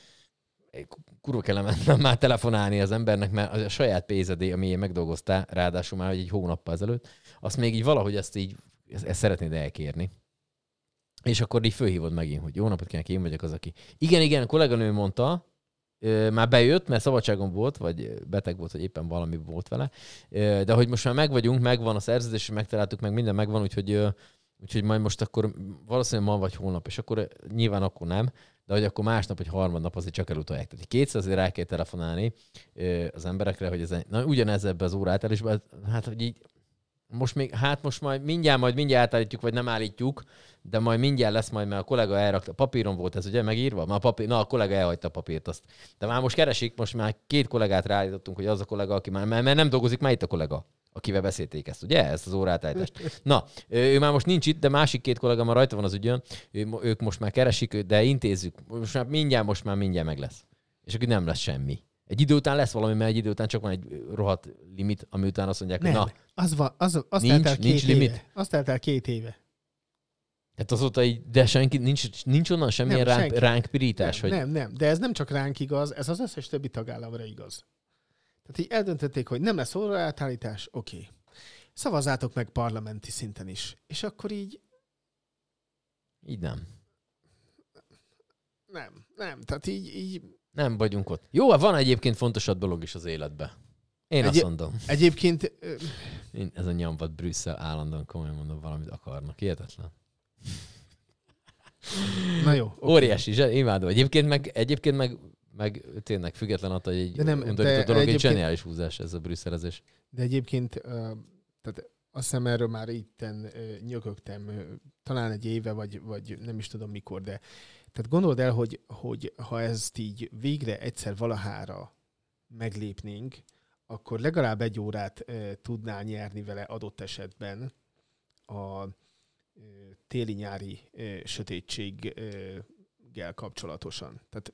kurva kellemetlen már telefonálni az embernek, mert a saját pénzedé, ami én megdolgoztál, ráadásul már egy hónappal ezelőtt, azt még így valahogy ezt így ezt, ezt szeretnéd elkérni. És akkor így fölhívod megint, hogy jó napot kívánok, én vagyok az, aki... Igen, igen, a kolléganő mondta, már bejött, mert szabadságon volt, vagy beteg volt, vagy éppen valami volt vele, de hogy most már megvagyunk, megvan a szerződés, megtaláltuk, meg minden megvan, úgyhogy, úgyhogy majd most akkor valószínűleg ma vagy holnap, és akkor nyilván akkor nem, de hogy akkor másnap, vagy harmadnap azért csak elutolják. Tehát kétszer azért rá kell telefonálni az emberekre, hogy ez, na, ugyanez ebbe az óraátállásban, hát hogy így most még, hát most majd mindjárt, majd mindjárt átállítjuk, vagy nem állítjuk, de majd mindjárt lesz majd, mert a kollega elrakta. Papíron volt ez ugye megírva? Már papír, na, a kollega elhagyta a papírt azt. De már most keresik, most már két kollégát ráállítottunk, hogy az a kollega, aki már, mert nem dolgozik, már itt a kollega. akivel beszélték ezt, ugye? Ezt az óraátállítást. Na, ő már most nincs itt, de másik két kollega már rajta van az ügyön, ő, ők most már keresik, de intézzük. Most már mindjárt, most már mindjárt meg lesz. És akkor nem lesz semmi. Egy idő után lesz valami, mert egy idő után csak van egy rohadt limit, ami után azt mondják, Nem, hogy na, az van, az, azt Nincs- telt el nincs két limit? éve. Azt telt el két éve. tehát azóta így, de senki, nincs, nincs onnan semmilyen Nem, ránk, senki. ránk pirítás, Nem, hogy nem, nem, de ez nem csak ránk igaz, ez az összes többi tagállamra igaz. Tehát így eldöntötték, hogy nem lesz óraátállítás, oké. Okay. Szavazzátok meg parlamenti szinten is. És akkor így így nem. nem, nem, tehát így, így Nem vagyunk ott. Jó, van egyébként fontosabb dolog is az életben. Én Egy- azt mondom. egyébként ö, Én, ez a nyomvat Brüsszel állandóan komolyan mondom, valamit akarnak. Hihetetlen. na jó. Okay. Óriási, zse- imádom. Egyébként meg, egyébként meg, meg tényleg független attól, hogy egy De nem, undorító de dolog, egy egyébként- zseniális húzás ez a brüsszelezés. De egyébként, ö, tehát azt hiszem erről már itten ö, nyögögtem, ö, talán egy éve, vagy, vagy nem is tudom mikor, de tehát gondold el, hogy, hogy ha ezt így végre egyszer valahára meglépnénk, akkor legalább egy órát ö, tudnál nyerni vele adott esetben a ö, téli-nyári ö, sötétséggel kapcsolatosan. Tehát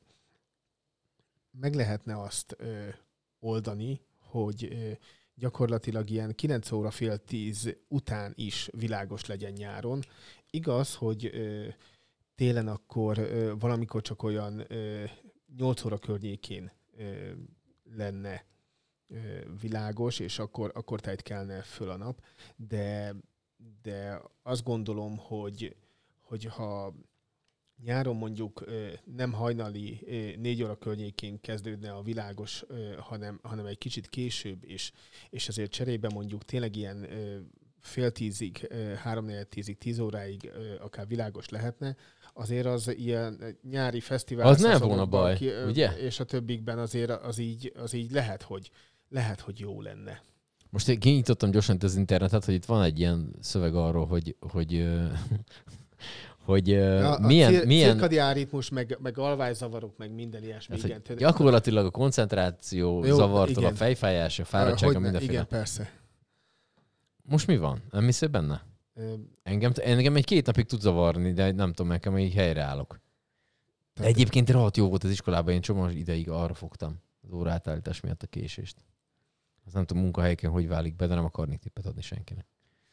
meg lehetne azt ö, oldani, hogy ö, gyakorlatilag ilyen kilenc óra fél tíz után is világos legyen nyáron. Igaz, hogy ö, télen akkor ö, valamikor csak olyan ö, nyolc óra környékén ö, lenne ö, világos, és akkor, akkor tájt kelne föl a nap, de, de azt gondolom, hogy, hogy ha nyáron mondjuk ö, nem hajnali ö, négy óra környékén kezdődne a világos, ö, hanem, hanem egy kicsit később, és, és azért cserébe mondjuk tényleg ilyen ö, fél tízig, ö, háromnegyed tízig, tíz óráig ö, akár világos lehetne, azért az ilyen nyári fesztivál Az nem szezonokban volna baj, ö, ugye? És a többikben azért az így, az így lehet, hogy, lehet, hogy jó lenne. Most én kinyitottam gyorsan itt az internetet, hogy itt van egy ilyen szöveg arról, hogy, hogy, ö, hogy ö, A, milyen, a cir- milyen cirkadián ritmus, meg, meg alvászavarok, meg minden ilyesmi. ez, Igen, hogy tőle- gyakorlatilag a koncentráció Jó, zavartól, a igen. fejfájás, a fáradtsága, Hogyne, mindenféle. igen, persze. Most mi van? Nem hiszél benne? Ö, Engem, engem egy két napig tud zavarni, de nem tudom, nekem így helyreállok. De Tehát- egyébként rohadt jó volt az iskolában, én csomó ideig arra fogtam az óraátállítás miatt a késést. Az nem tudom, munkahelyeken hogy válik be, de nem akarnék tippet adni senkinek.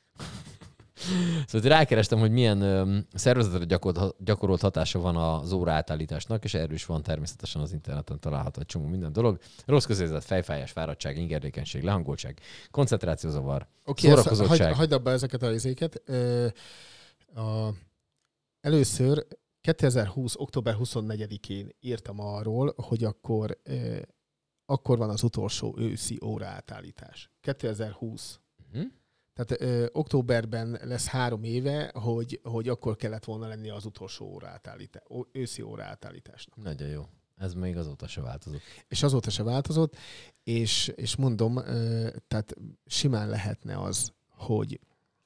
Szóval rákerestem, hogy milyen öm, szervezetre gyakorolt, gyakorolt hatása van az óraátállításnak, és erről is van természetesen az interneten található egy csomó minden dolog. Rossz közérzet, fejfájás, fáradtság, ingerlékenység, lehangoltság, koncentrációzavar, Oké, ezt szórakozottság. hagyd, hagyd abba ezeket a izéket. Ö, a, először kétezer-húsz. október huszonnegyedikén írtam arról, hogy akkor, ö, akkor van az utolsó őszi óraátállítás. kétezer-húsz. Mhm. Tehát ö, októberben lesz három éve, hogy, hogy akkor kellett volna lenni az utolsó óraátállítás, őszi óraátállításnak. Nagyon jó. Ez még azóta se változott. És azóta se változott, és, és mondom, ö, tehát simán lehetne az, hogy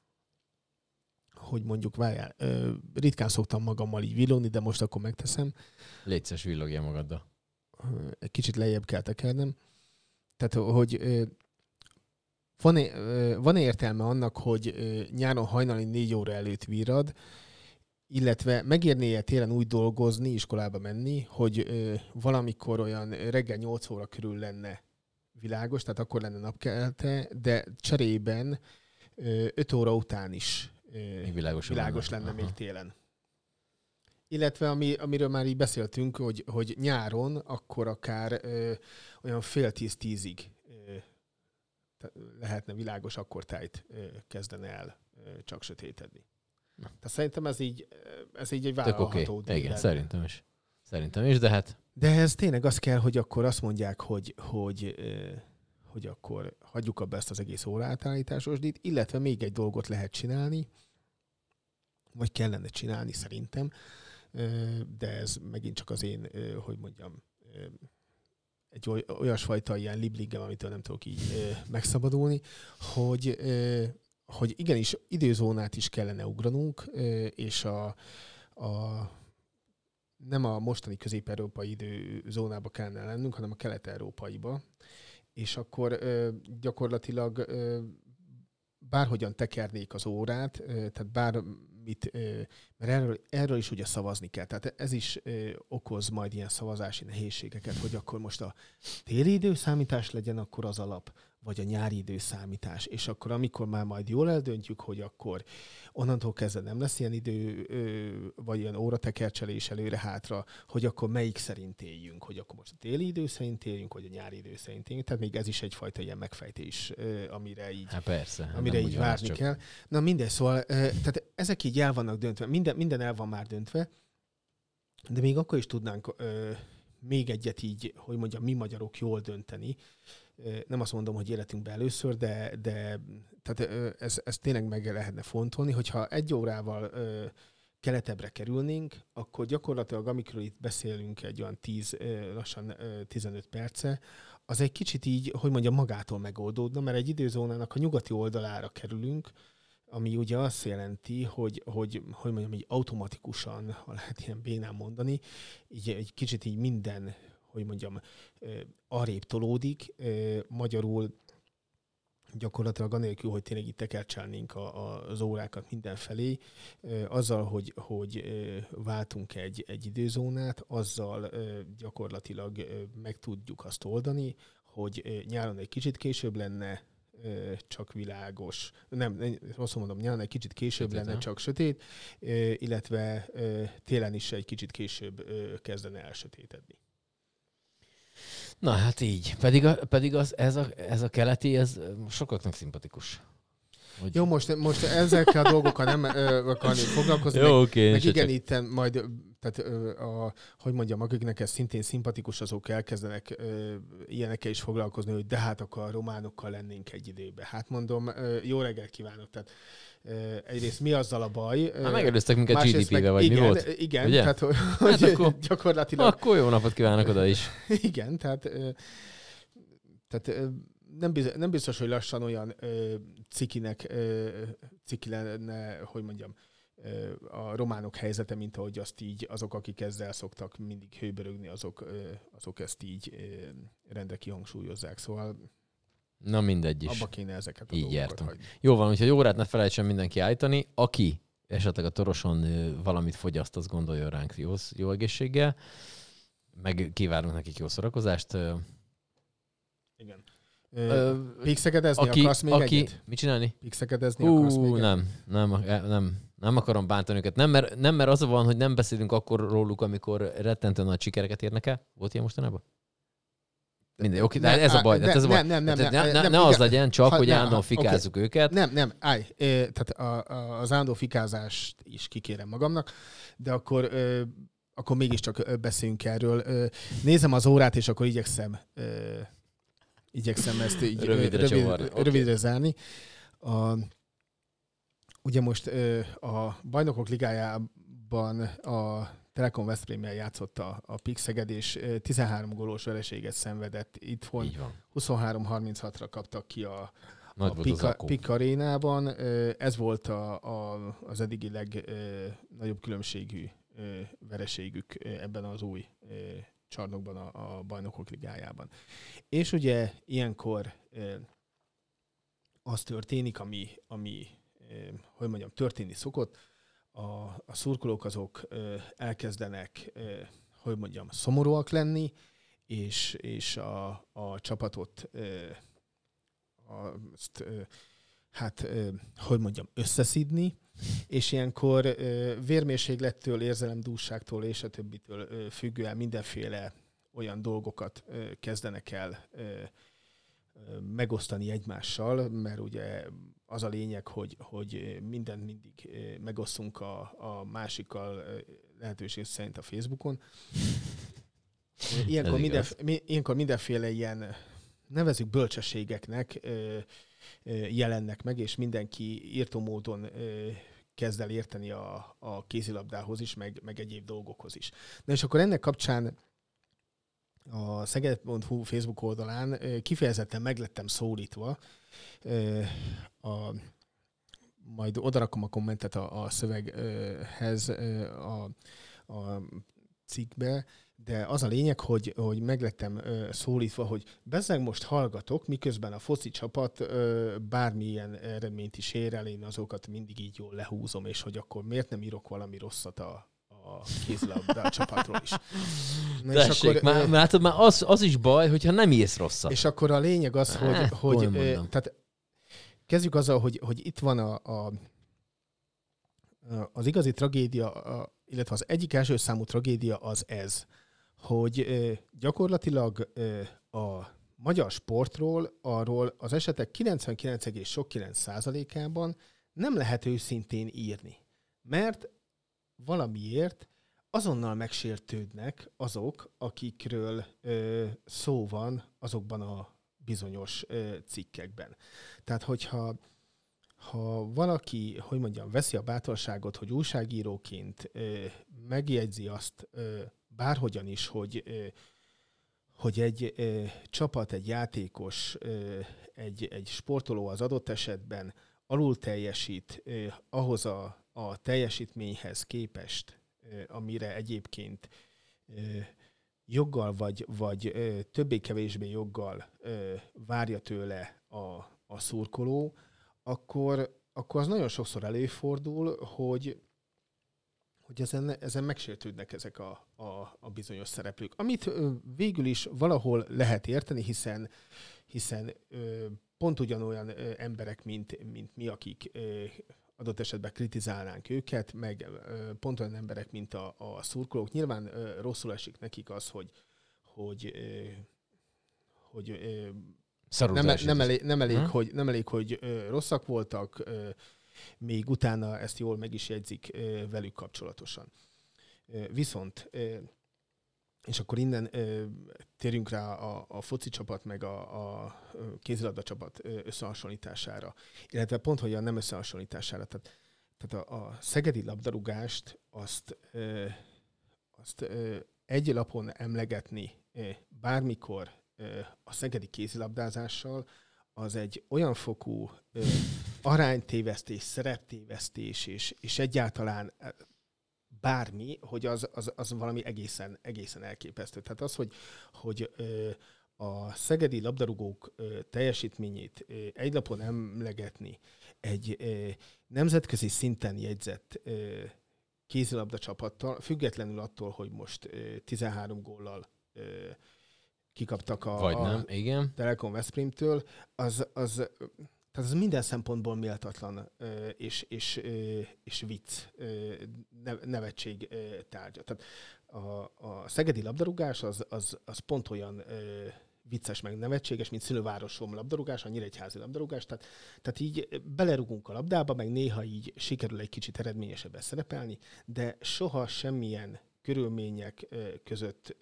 hogy mondjuk, várjál, ö, ritkán szoktam magammal így villogni, de most akkor megteszem, Légy szíves, villogjál magaddal. Ö, egy kicsit lejjebb kell tekernem. Tehát, hogy ö, van, ö, van értelme annak, hogy ö, nyáron hajnali négy óra előtt virrad, illetve megérnie télen úgy dolgozni, iskolába menni, hogy ö, valamikor olyan reggel nyolc óra körül lenne világos, tehát akkor lenne napkelte, de cserében ö, öt óra után is ö, Még világos, világos lenne még télen. Illetve ami, amiről már így beszéltünk, hogy, hogy nyáron akkor akár ö, olyan fél tíz-tízig ö, lehetne világos, akkor tájt ö, kezdene el ö, csak sötétedni. Na. Tehát szerintem ez így, ez így egy Tök vállalható oké. dolog Okay. Igen, lenne. szerintem is. Szerintem is, de hát De ez tényleg az kell, hogy akkor azt mondják, hogy, hogy, ö, hogy akkor hagyjuk abba ezt az egész óraátállításosdit, illetve még egy dolgot lehet csinálni, vagy kellene csinálni szerintem, ö, de ez megint csak az én, ö, hogy mondjam, ö, egy oly, olyasfajta ilyen libligem, amitől nem tudok így ö, megszabadulni, hogy, ö, hogy igenis időzónát is kellene ugranunk, ö, és a, a nem a mostani közép-európai időzónába kellene lennünk, hanem a kelet-európaiba. És akkor ö, gyakorlatilag ö, bárhogyan tekernék az órát, tehát bármit, mert erről, erről is ugye szavazni kell. Tehát ez is okoz majd ilyen szavazási nehézségeket, hogy akkor most a téli időszámítás legyen akkor az alap, vagy a nyári időszámítás. És akkor amikor már majd jól eldöntjük, hogy akkor onnantól kezdve nem lesz ilyen idő, vagy ilyen óratekercselés előre-hátra, hogy akkor melyik szerint éljünk, hogy akkor most a téli idő szerint éljünk, vagy a nyári idő szerint éljünk. Tehát még ez is egyfajta ilyen megfejtés, amire így, hát persze, amire így várni csak. kell. Na mindegy, szóval tehát ezek így el vannak döntve, minden, minden el van már döntve, de még akkor is tudnánk még egyet így, hogy mondjam, mi magyarok jól dönteni. Nem azt mondom, hogy életünkben először, de, de tehát ez, ez tényleg meg lehetne fontolni, hogyha egy órával keletebbre kerülnénk, akkor gyakorlatilag amikről itt beszélünk egy olyan tíz, lassan tizenöt perce, az egy kicsit így, hogy mondjam, magától megoldódna, mert egy időzónának a nyugati oldalára kerülünk, ami ugye azt jelenti, hogy, hogy, hogy mondjam, így automatikusan, ha lehet ilyen bénán mondani, így egy kicsit így minden, hogy mondjam, arrébb tolódik, magyarul gyakorlatilag anélkül, hogy tényleg itt tekercselnénk az órákat mindenfelé, azzal, hogy, hogy váltunk egy, egy időzónát, azzal gyakorlatilag meg tudjuk azt oldani, hogy nyáron egy kicsit később lenne csak világos, nem, rosszul mondom, nyáron egy kicsit később sötét, lenne csak sötét, illetve télen is egy kicsit később kezdene elsötétedni. Na hát így. Pedig, a, pedig az, ez, a, ez a keleti, ez sokaknak szimpatikus. Hogy... Jó, most, most ezekkel a dolgokkal nem ö, akarnék foglalkozni. Jó, meg, okay, meg igen, csak... itt majd, tehát, ö, a, hogy mondjam, akiknek ez szintén szimpatikus, azok elkezdenek ö, ilyenekkel is foglalkozni, hogy de hát akkor a románokkal lennénk egy időben. Hát mondom, ö, jó reggelt kívánok. Tehát, ö, egyrészt mi azzal a baj? Hát megelőztek minket gé dé pé-vel, vagy igen, mi volt? Igen, ugye? tehát hogy, hát hogy akkor, gyakorlatilag... Akkor jó napot kívánok oda is. Igen, tehát... Ö, tehát ö, Nem biztos, nem biztos, hogy lassan olyan ö, cikinek, ö, ciki lenne, hogy mondjam, ö, a románok helyzete, mint ahogy azt így azok, akik ezzel szoktak mindig hőbörögni, azok, ö, azok ezt így ö, rendre kihangsúlyozzák. Szóval na mindegy is. Abba kéne ezeket a így dolgokat jártunk. hagyni. Jó van, úgyhogy órát ne felejtsen mindenki állítani. Aki esetleg a Toroson ö, valamit fogyaszt, az gondoljon ránk jó, jó egészséggel. Meg kívánunk nekik jó szórakozást. Igen. Pixegedezni aki, akarsz még aki, egyet? Mit csinálni? Pixegedezni akarsz még Hú, nem, nem, nem, nem akarom bántani őket. Nem mert, nem, mert az van, hogy nem beszélünk akkor róluk, amikor rettentő nagy sikereket érnek el. Volt ilyen mostanában? Mindegy, oké, de ez a baj. Ne, ez a baj. Nem, nem, nem, ne, nem, ne, nem, ne az igen. legyen csak, Ha, hogy ne, állandóan ha, fikázzuk okay. őket. Nem, nem, állj. Tehát a, a, az állandó fikázást is kikérem magamnak, de akkor, ö, akkor mégiscsak beszéljünk erről. Nézem az órát, és akkor igyekszem... Ö, igyekszem ezt így rövidre, rövid, okay. rövidre zárni. A, ugye most a Bajnokok Ligájában a Telekom Veszprémmel játszott a, a Pixeged, és tizenhárom gólos vereséget szenvedett itthon. huszonhárom harminchatra kaptak ki a, a Pik, Pik arénában. Ez volt a, a, az eddigi legnagyobb különbségű vereségük ebben az új csarnokban a, a Bajnokok Ligájában. És ugye ilyenkor e, az történik, ami, ami e, hogy mondjam, történni szokott. A, a szurkolók azok e, elkezdenek, e, hogy mondjam, szomorúak lenni, és, és a, a csapatot e, a, azt, e, hát, e, hogy mondjam, összeszidni, és ilyenkor ö, vérmérséklettől, érzelemdússágtól és a többitől ö, függően mindenféle olyan dolgokat ö, kezdenek el ö, ö, megosztani egymással, mert ugye az a lényeg, hogy, hogy mindent mindig ö, megosztunk a, a másikkal ö, lehetőség szerint a Facebookon. Ilyenkor, mindenf- ilyenkor mindenféle ilyen, nevezzük bölcsességeknek, ö, jelennek meg, és mindenki írtó módon kezd el érteni a, a kézilabdához is, meg, meg egyéb dolgokhoz is. Na és akkor ennek kapcsán a szeged pont hu Facebook oldalán kifejezetten meglettem szólítva, a, majd odarakom a kommentet a, a szöveghez, a, a cikkbe, de az a lényeg, hogy, hogy meglettem ö, szólítva, hogy bezzeg most hallgatok, miközben a foci csapat ö, bármilyen eredményt is ér el, én azokat mindig így jól lehúzom, és hogy akkor miért nem írok valami rosszat a, a kézilabda csapatról is. Na Tessék, és akkor, már, már, látod, már az, az is baj, hogyha nem írsz rosszat. És akkor a lényeg az, hogy, eh, hogy ö, tehát kezdjük azzal, hogy, hogy itt van a, a, az igazi tragédia, a, illetve az egyik első számú tragédia az ez, hogy ö, gyakorlatilag ö, a magyar sportról, arról az esetek kilencvenkilenc egész kilenc százalékában nem lehet őszintén írni. Mert valamiért azonnal megsértődnek azok, akikről ö, szó van azokban a bizonyos ö, cikkekben. Tehát, hogyha ha valaki, hogy mondjam, veszi a bátorságot, hogy újságíróként ö, megjegyzi azt ö, bárhogyan is, hogy, ö, hogy egy ö, csapat, egy játékos, ö, egy, egy sportoló az adott esetben alul teljesít ö, ahhoz a, a teljesítményhez képest, ö, amire egyébként ö, joggal vagy, vagy ö, többé-kevésbé joggal ö, várja tőle a, a szurkoló, akkor, akkor az nagyon sokszor előfordul, hogy, hogy ezen, ezen megsértődnek ezek a, a, a bizonyos szereplők. Amit ö, végül is valahol lehet érteni, hiszen, hiszen ö, pont ugyanolyan ö, emberek, mint, mint mi, akik ö, adott esetben kritizálnánk őket, meg ö, pont olyan emberek, mint a, a szurkolók. Nyilván ö, rosszul esik nekik az, hogy, hogy, ö, hogy ö, nem, nem elég, nem elég, hmm. hogy, nem elég, hogy ö, rosszak voltak, ö, még utána ezt jól meg is jegyzik ö, velük kapcsolatosan. Ö, viszont, ö, és akkor innen ö, térjünk rá a, a foci csapat meg a, a kézilabda csapat összehasonlítására, illetve pont, hogy a nem összehasonlítására. Tehát, tehát a, a szegedi labdarúgást azt, ö, azt ö, egy lapon emlegetni ö, bármikor ö, a szegedi kézilabdázással, az egy olyan fokú ö, aránytévesztés, szereptévesztés, és, és egyáltalán bármi, hogy az, az, az valami egészen, egészen elképesztő. Tehát az, hogy, hogy ö, a szegedi labdarúgók ö, teljesítményét ö, egy lapon emlegetni egy ö, nemzetközi szinten jegyzett ö, kézilabda csapattal, függetlenül attól, hogy most ö, tizenhárom góllal ö, kikaptak a, Vagy nem, a igen. Telekom Veszprémtől, az, az, tehát az minden szempontból méltatlan és, és, és vicc, nevetség tárgya. Tehát a, a szegedi labdarúgás az, az, az pont olyan vicces meg nevetséges, mint szülővárosom labdarúgás, a nyíregyházi labdarúgás. Tehát, tehát így belerugunk a labdába, meg néha így sikerül egy kicsit eredményesebben szerepelni, de soha semmilyen körülmények között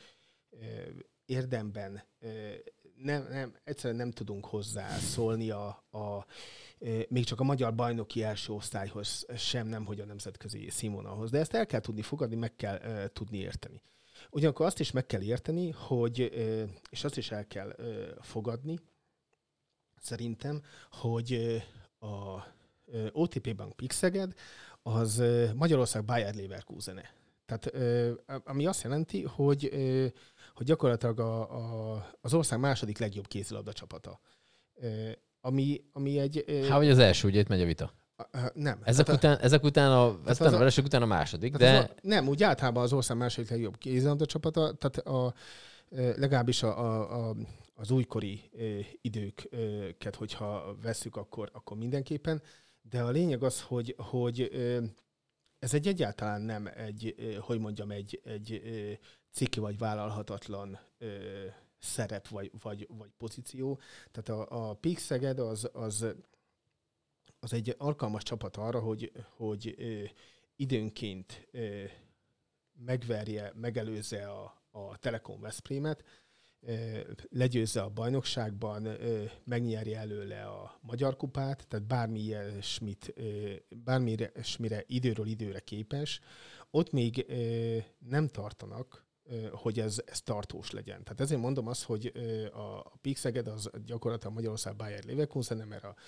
érdemben nem, nem, egyszerűen nem tudunk hozzá szólni a, a, még csak a magyar bajnoki első osztályhoz sem, nem hogy a nemzetközi színvonalhoz. De ezt el kell tudni fogadni, meg kell uh, tudni érteni. Ugyanakkor azt is meg kell érteni, hogy, uh, és azt is el kell uh, fogadni, szerintem, hogy uh, a uh, o té pé Bank Pixeged az uh, Magyarország Bayer Leverkusene. Tehát, uh, ami azt jelenti, hogy uh, hogy gyakorlatilag a, a, az ország második legjobb kézilabda csapata. E, ami, ami egy... E, Há, vagy az első, ugye itt megy a vita. A, a, nem. Ezek hát után, a, ezek után a, ezek után a veresek után a második, de... A, nem, úgy általában az ország második legjobb kézilabda csapata, tehát a, legalábbis a, a, a, az újkori időket, hogyha vesszük, akkor, akkor mindenképpen. De a lényeg az, hogy, hogy ez egy egyáltalán nem egy, hogy mondjam, egy, egy ciki vagy vállalhatatlan ö, szerep vagy, vagy, vagy pozíció. Tehát a, a Pék Szeged az, az, az egy alkalmas csapat arra, hogy, hogy ö, időnként ö, megverje, megelőzze a, a Telekom Veszprémet, ö, legyőzze a bajnokságban, ö, megnyerje előle a Magyar Kupát, tehát bármi ilyesmit, ö, bármi ilyesmire időről időre képes. Ott még ö, nem tartanak, hogy ez, ez tartós legyen. Tehát ezért mondom azt, hogy a Pék Szeged az gyakorlatilag Magyarország Bayer Leverkusen, mert a,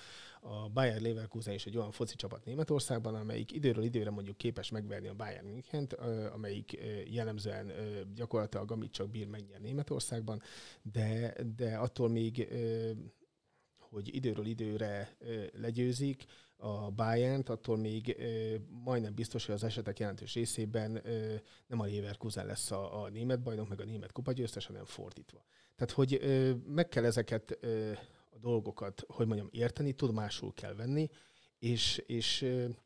a Bayer Leverkusen is egy olyan foci csapat Németországban, amelyik időről időre mondjuk képes megverni a Bayern Münchent, amelyik jellemzően gyakorlatilag amit csak bír megnyer Németországban, de, de attól még, hogy időről időre legyőzik a Bayernt, attól még majdnem biztos, hogy az esetek jelentős részében nem a Leverkusen lesz a, a német bajnok, meg a német kupagyőztes, hanem fordítva. Tehát, hogy meg kell ezeket a dolgokat, hogy mondjam, érteni, tudomásul kell venni, és, és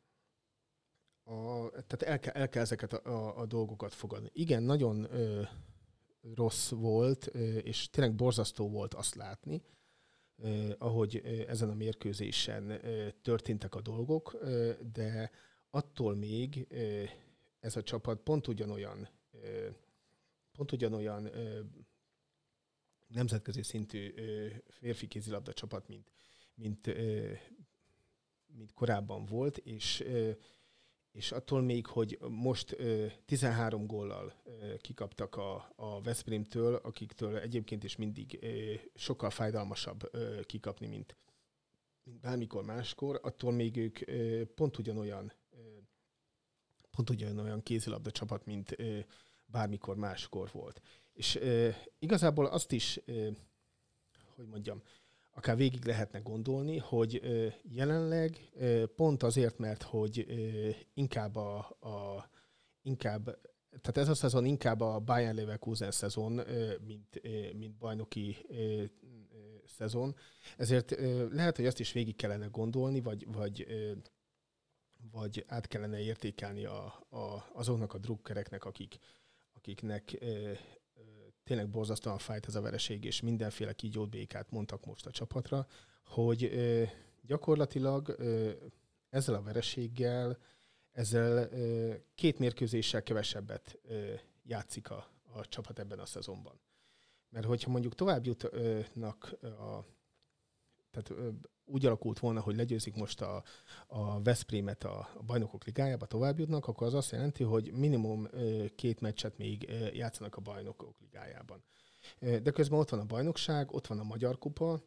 a, tehát el, kell, el kell ezeket a, a, a dolgokat fogadni. Igen, nagyon ö, rossz volt, ö, és tényleg borzasztó volt azt látni, ö, ahogy ö, ezen a mérkőzésen ö, történtek a dolgok, ö, de attól még ö, ez a csapat pont ugyanolyan, ö, pont ugyanolyan ö, nemzetközi szintű ö, férfi kézilabda csapat, mint, mint, ö, mint korábban volt, és, ö, és attól még, hogy most ö, tizenhárom góllal ö, kikaptak a, a Veszprémtől, akiktől egyébként is mindig ö, sokkal fájdalmasabb ö, kikapni, mint, mint bármikor máskor, attól még ők ö, pont ugyanolyan ö, pont ugyanolyan kézilabda csapat, mint ö, bármikor máskor volt. És ö, igazából azt is, ö, hogy mondjam, akár végig lehetne gondolni, hogy ö, jelenleg ö, pont azért, mert hogy ö, inkább a, a inkább, tehát ez a szezon inkább a Bayer Leverkusen szezon, ö, mint, ö, mint bajnoki ö, ö, szezon, ezért ö, lehet, hogy azt is végig kellene gondolni, vagy, vagy ö, vagy át kellene értékelni a, a, azoknak a drukkereknek, akik, akiknek ö, ö, tényleg borzasztóan fájt ez a vereség, és mindenféle kígyót békát mondtak most a csapatra, hogy ö, gyakorlatilag ö, ezzel a vereséggel, ezzel ö, két mérkőzéssel kevesebbet ö, játszik a, a csapat ebben a szezonban. Mert hogyha mondjuk tovább jutnak a tehát ö, úgy alakult volna, hogy legyőzik most a, a Veszprémet a, a Bajnokok Ligájába, tovább jutnak, akkor az azt jelenti, hogy minimum ö, két meccset még ö, játszanak a Bajnokok Ligájában. Ö, de közben ott van a bajnokság, ott van a Magyar Kupa,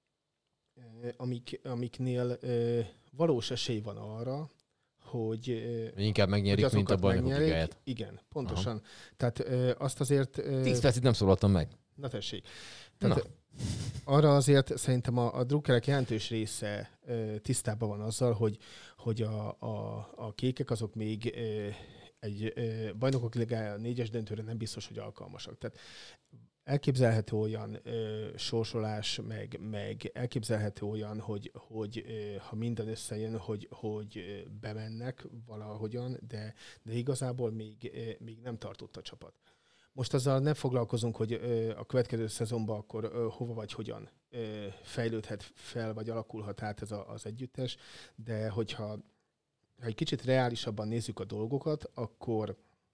ö, amik, amiknél ö, valós esély van arra, hogy ö, inkább megnyerik, mint a Bajnokok Ligáját. Igen, pontosan. Aha. Tehát ö, azt azért... Ö, Tíz percig nem szólaltam meg. Na tessék. Tehát, Na. Arra azért szerintem a, a drukkerek jelentős része ö, tisztában van azzal, hogy, hogy a, a, a kékek azok még ö, egy ö, Bajnokok Ligája négyes döntőre nem biztos, hogy alkalmasak. Tehát elképzelhető olyan ö, sorsolás, meg, meg elképzelhető olyan, hogy, hogy ö, ha minden összejön, hogy, hogy bemennek valahogyan, de, de igazából még, ö, még nem tartott a csapat. Most azzal nem foglalkozunk, hogy ö, a következő szezonban akkor ö, hova vagy hogyan ö, fejlődhet fel, vagy alakulhat át ez a, az együttes, de hogyha ha egy kicsit reálisabban nézzük a dolgokat, akkor,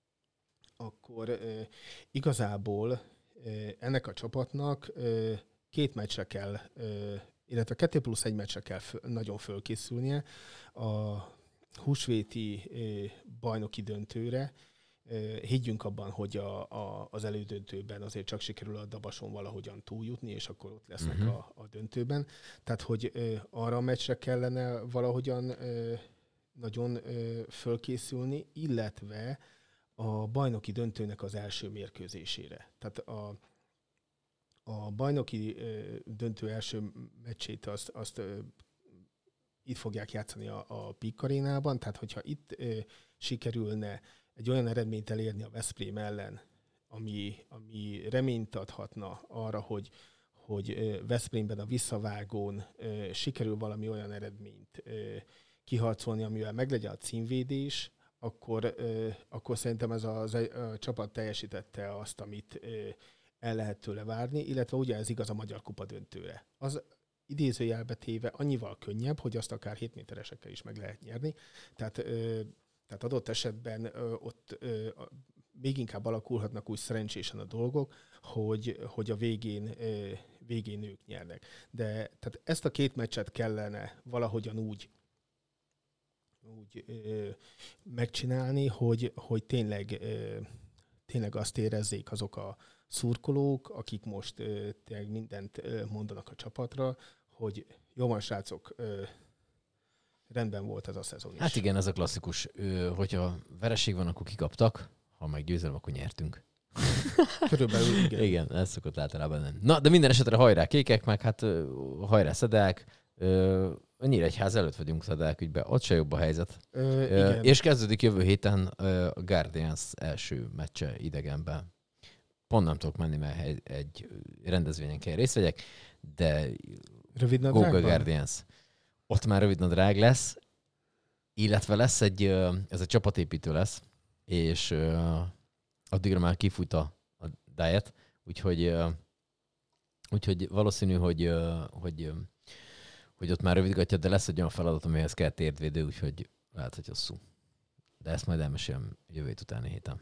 akkor ö, igazából ö, ennek a csapatnak ö, két meccsre kell, ö, illetve kettő plusz egy meccsre kell föl, nagyon fölkészülnie a húsvéti ö, bajnoki döntőre. Higgyünk abban, hogy a, a, az elődöntőben azért csak sikerül a Dabason valahogyan túljutni, és akkor ott lesznek uh-huh. a, a döntőben. Tehát, hogy ö, arra a meccsre kellene valahogyan ö, nagyon ö, fölkészülni, illetve a bajnoki döntőnek az első mérkőzésére. Tehát a, a bajnoki ö, döntő első meccsét azt, azt ö, itt fogják játszani a, a Pik Arénában, tehát hogyha itt ö, sikerülne egy olyan eredményt elérni a Veszprém ellen, ami, ami reményt adhatna arra, hogy, hogy Veszprémben a visszavágón sikerül valami olyan eredményt kiharcolni, amivel meglegyen a címvédés, akkor, akkor szerintem ez a, a csapat teljesítette azt, amit el lehet tőle várni, illetve ugye ez igaz a Magyar Kupa döntőre. Az idézőjelbe téve annyival könnyebb, hogy azt akár hét méteresekkel is meg lehet nyerni. Tehát Tehát adott esetben ö, ott ö, még inkább alakulhatnak úgy szerencsésen a dolgok, hogy, hogy a végén, ö, végén ők nyernek. De tehát ezt a két meccset kellene valahogyan úgy, úgy ö, megcsinálni, hogy, hogy tényleg, ö, tényleg azt érezzék azok a szurkolók, akik most ö, tényleg mindent ö, mondanak a csapatra, hogy jó van, srácok, ö, rendben volt ez a szezon is. Hát igen, ez a klasszikus. Ö, hogyha vereség van, akkor kikaptak, ha meg győzelem, akkor nyertünk. Körülbelül igen. Igen, ez szokott általában nem. Na, de minden esetre hajrá kékek, meg hát ö, hajrá szedák. Ö, Nyíregyház előtt vagyunk szedák ügyben, ott se jobb a helyzet. Ö, Ö, igen. és kezdődik jövő héten ö, a Guardians első meccse idegenben. Pont nem tudok menni, mert egy, egy rendezvényen kell részt vegyek, de Rövid Go Go nadrágban? Guardians. Ott már rövid nadrág lesz, illetve lesz egy, ö, ez a csapatépítő lesz, és ö, addigra már kifut a, a diet, úgyhogy, ö, úgyhogy valószínű, hogy, ö, hogy, ö, hogy ott már rövidgatja, de lesz egy olyan feladat, amihez kell térdvédő, úgyhogy lehet, hogy hosszú. De ezt majd elmesélem jövő hét utáni héten.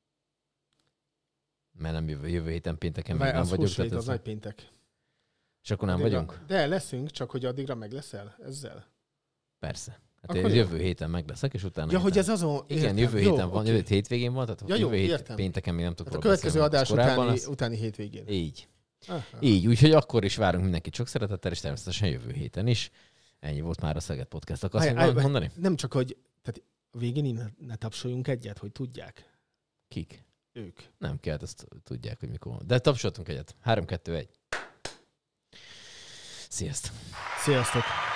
Mert nem jövő, jövő héten pénteken még Várj, nem az vagyok. húsvét, Tehát az ez- nagy péntek. és akkor nem Addigra- vagyunk? De leszünk, csak hogy addigra meg leszel ezzel. Persze. Hát Akkor én jó. jövő héten meg leszek, és utána Ja, héten. hogy ez azon... Igen, értem. jövő Jó, héten van, oké. jövő hét hétvégén van, tehát Ja, jó, jövő hét értem. pénteken még nem tudok Tehát a róla következő beszélni, adás az korábban utáni, lesz. utáni hétvégén. Így. Aha. Így, úgyhogy akkor is várunk mindenkit sok szeretettel, és természetesen jövő héten is. Ennyi volt már a Szeged Podcast. Akarsz még Állj, valamit állj, mondani? Nem csak, hogy tehát a végén ne, ne tapsoljunk egyet, hogy tudják Kik? ők. Nem kell, ezt tudják, hogy mikor van. De tapsoltunk egyet. három, kettő, egy. Sziasztok! Sziasztok!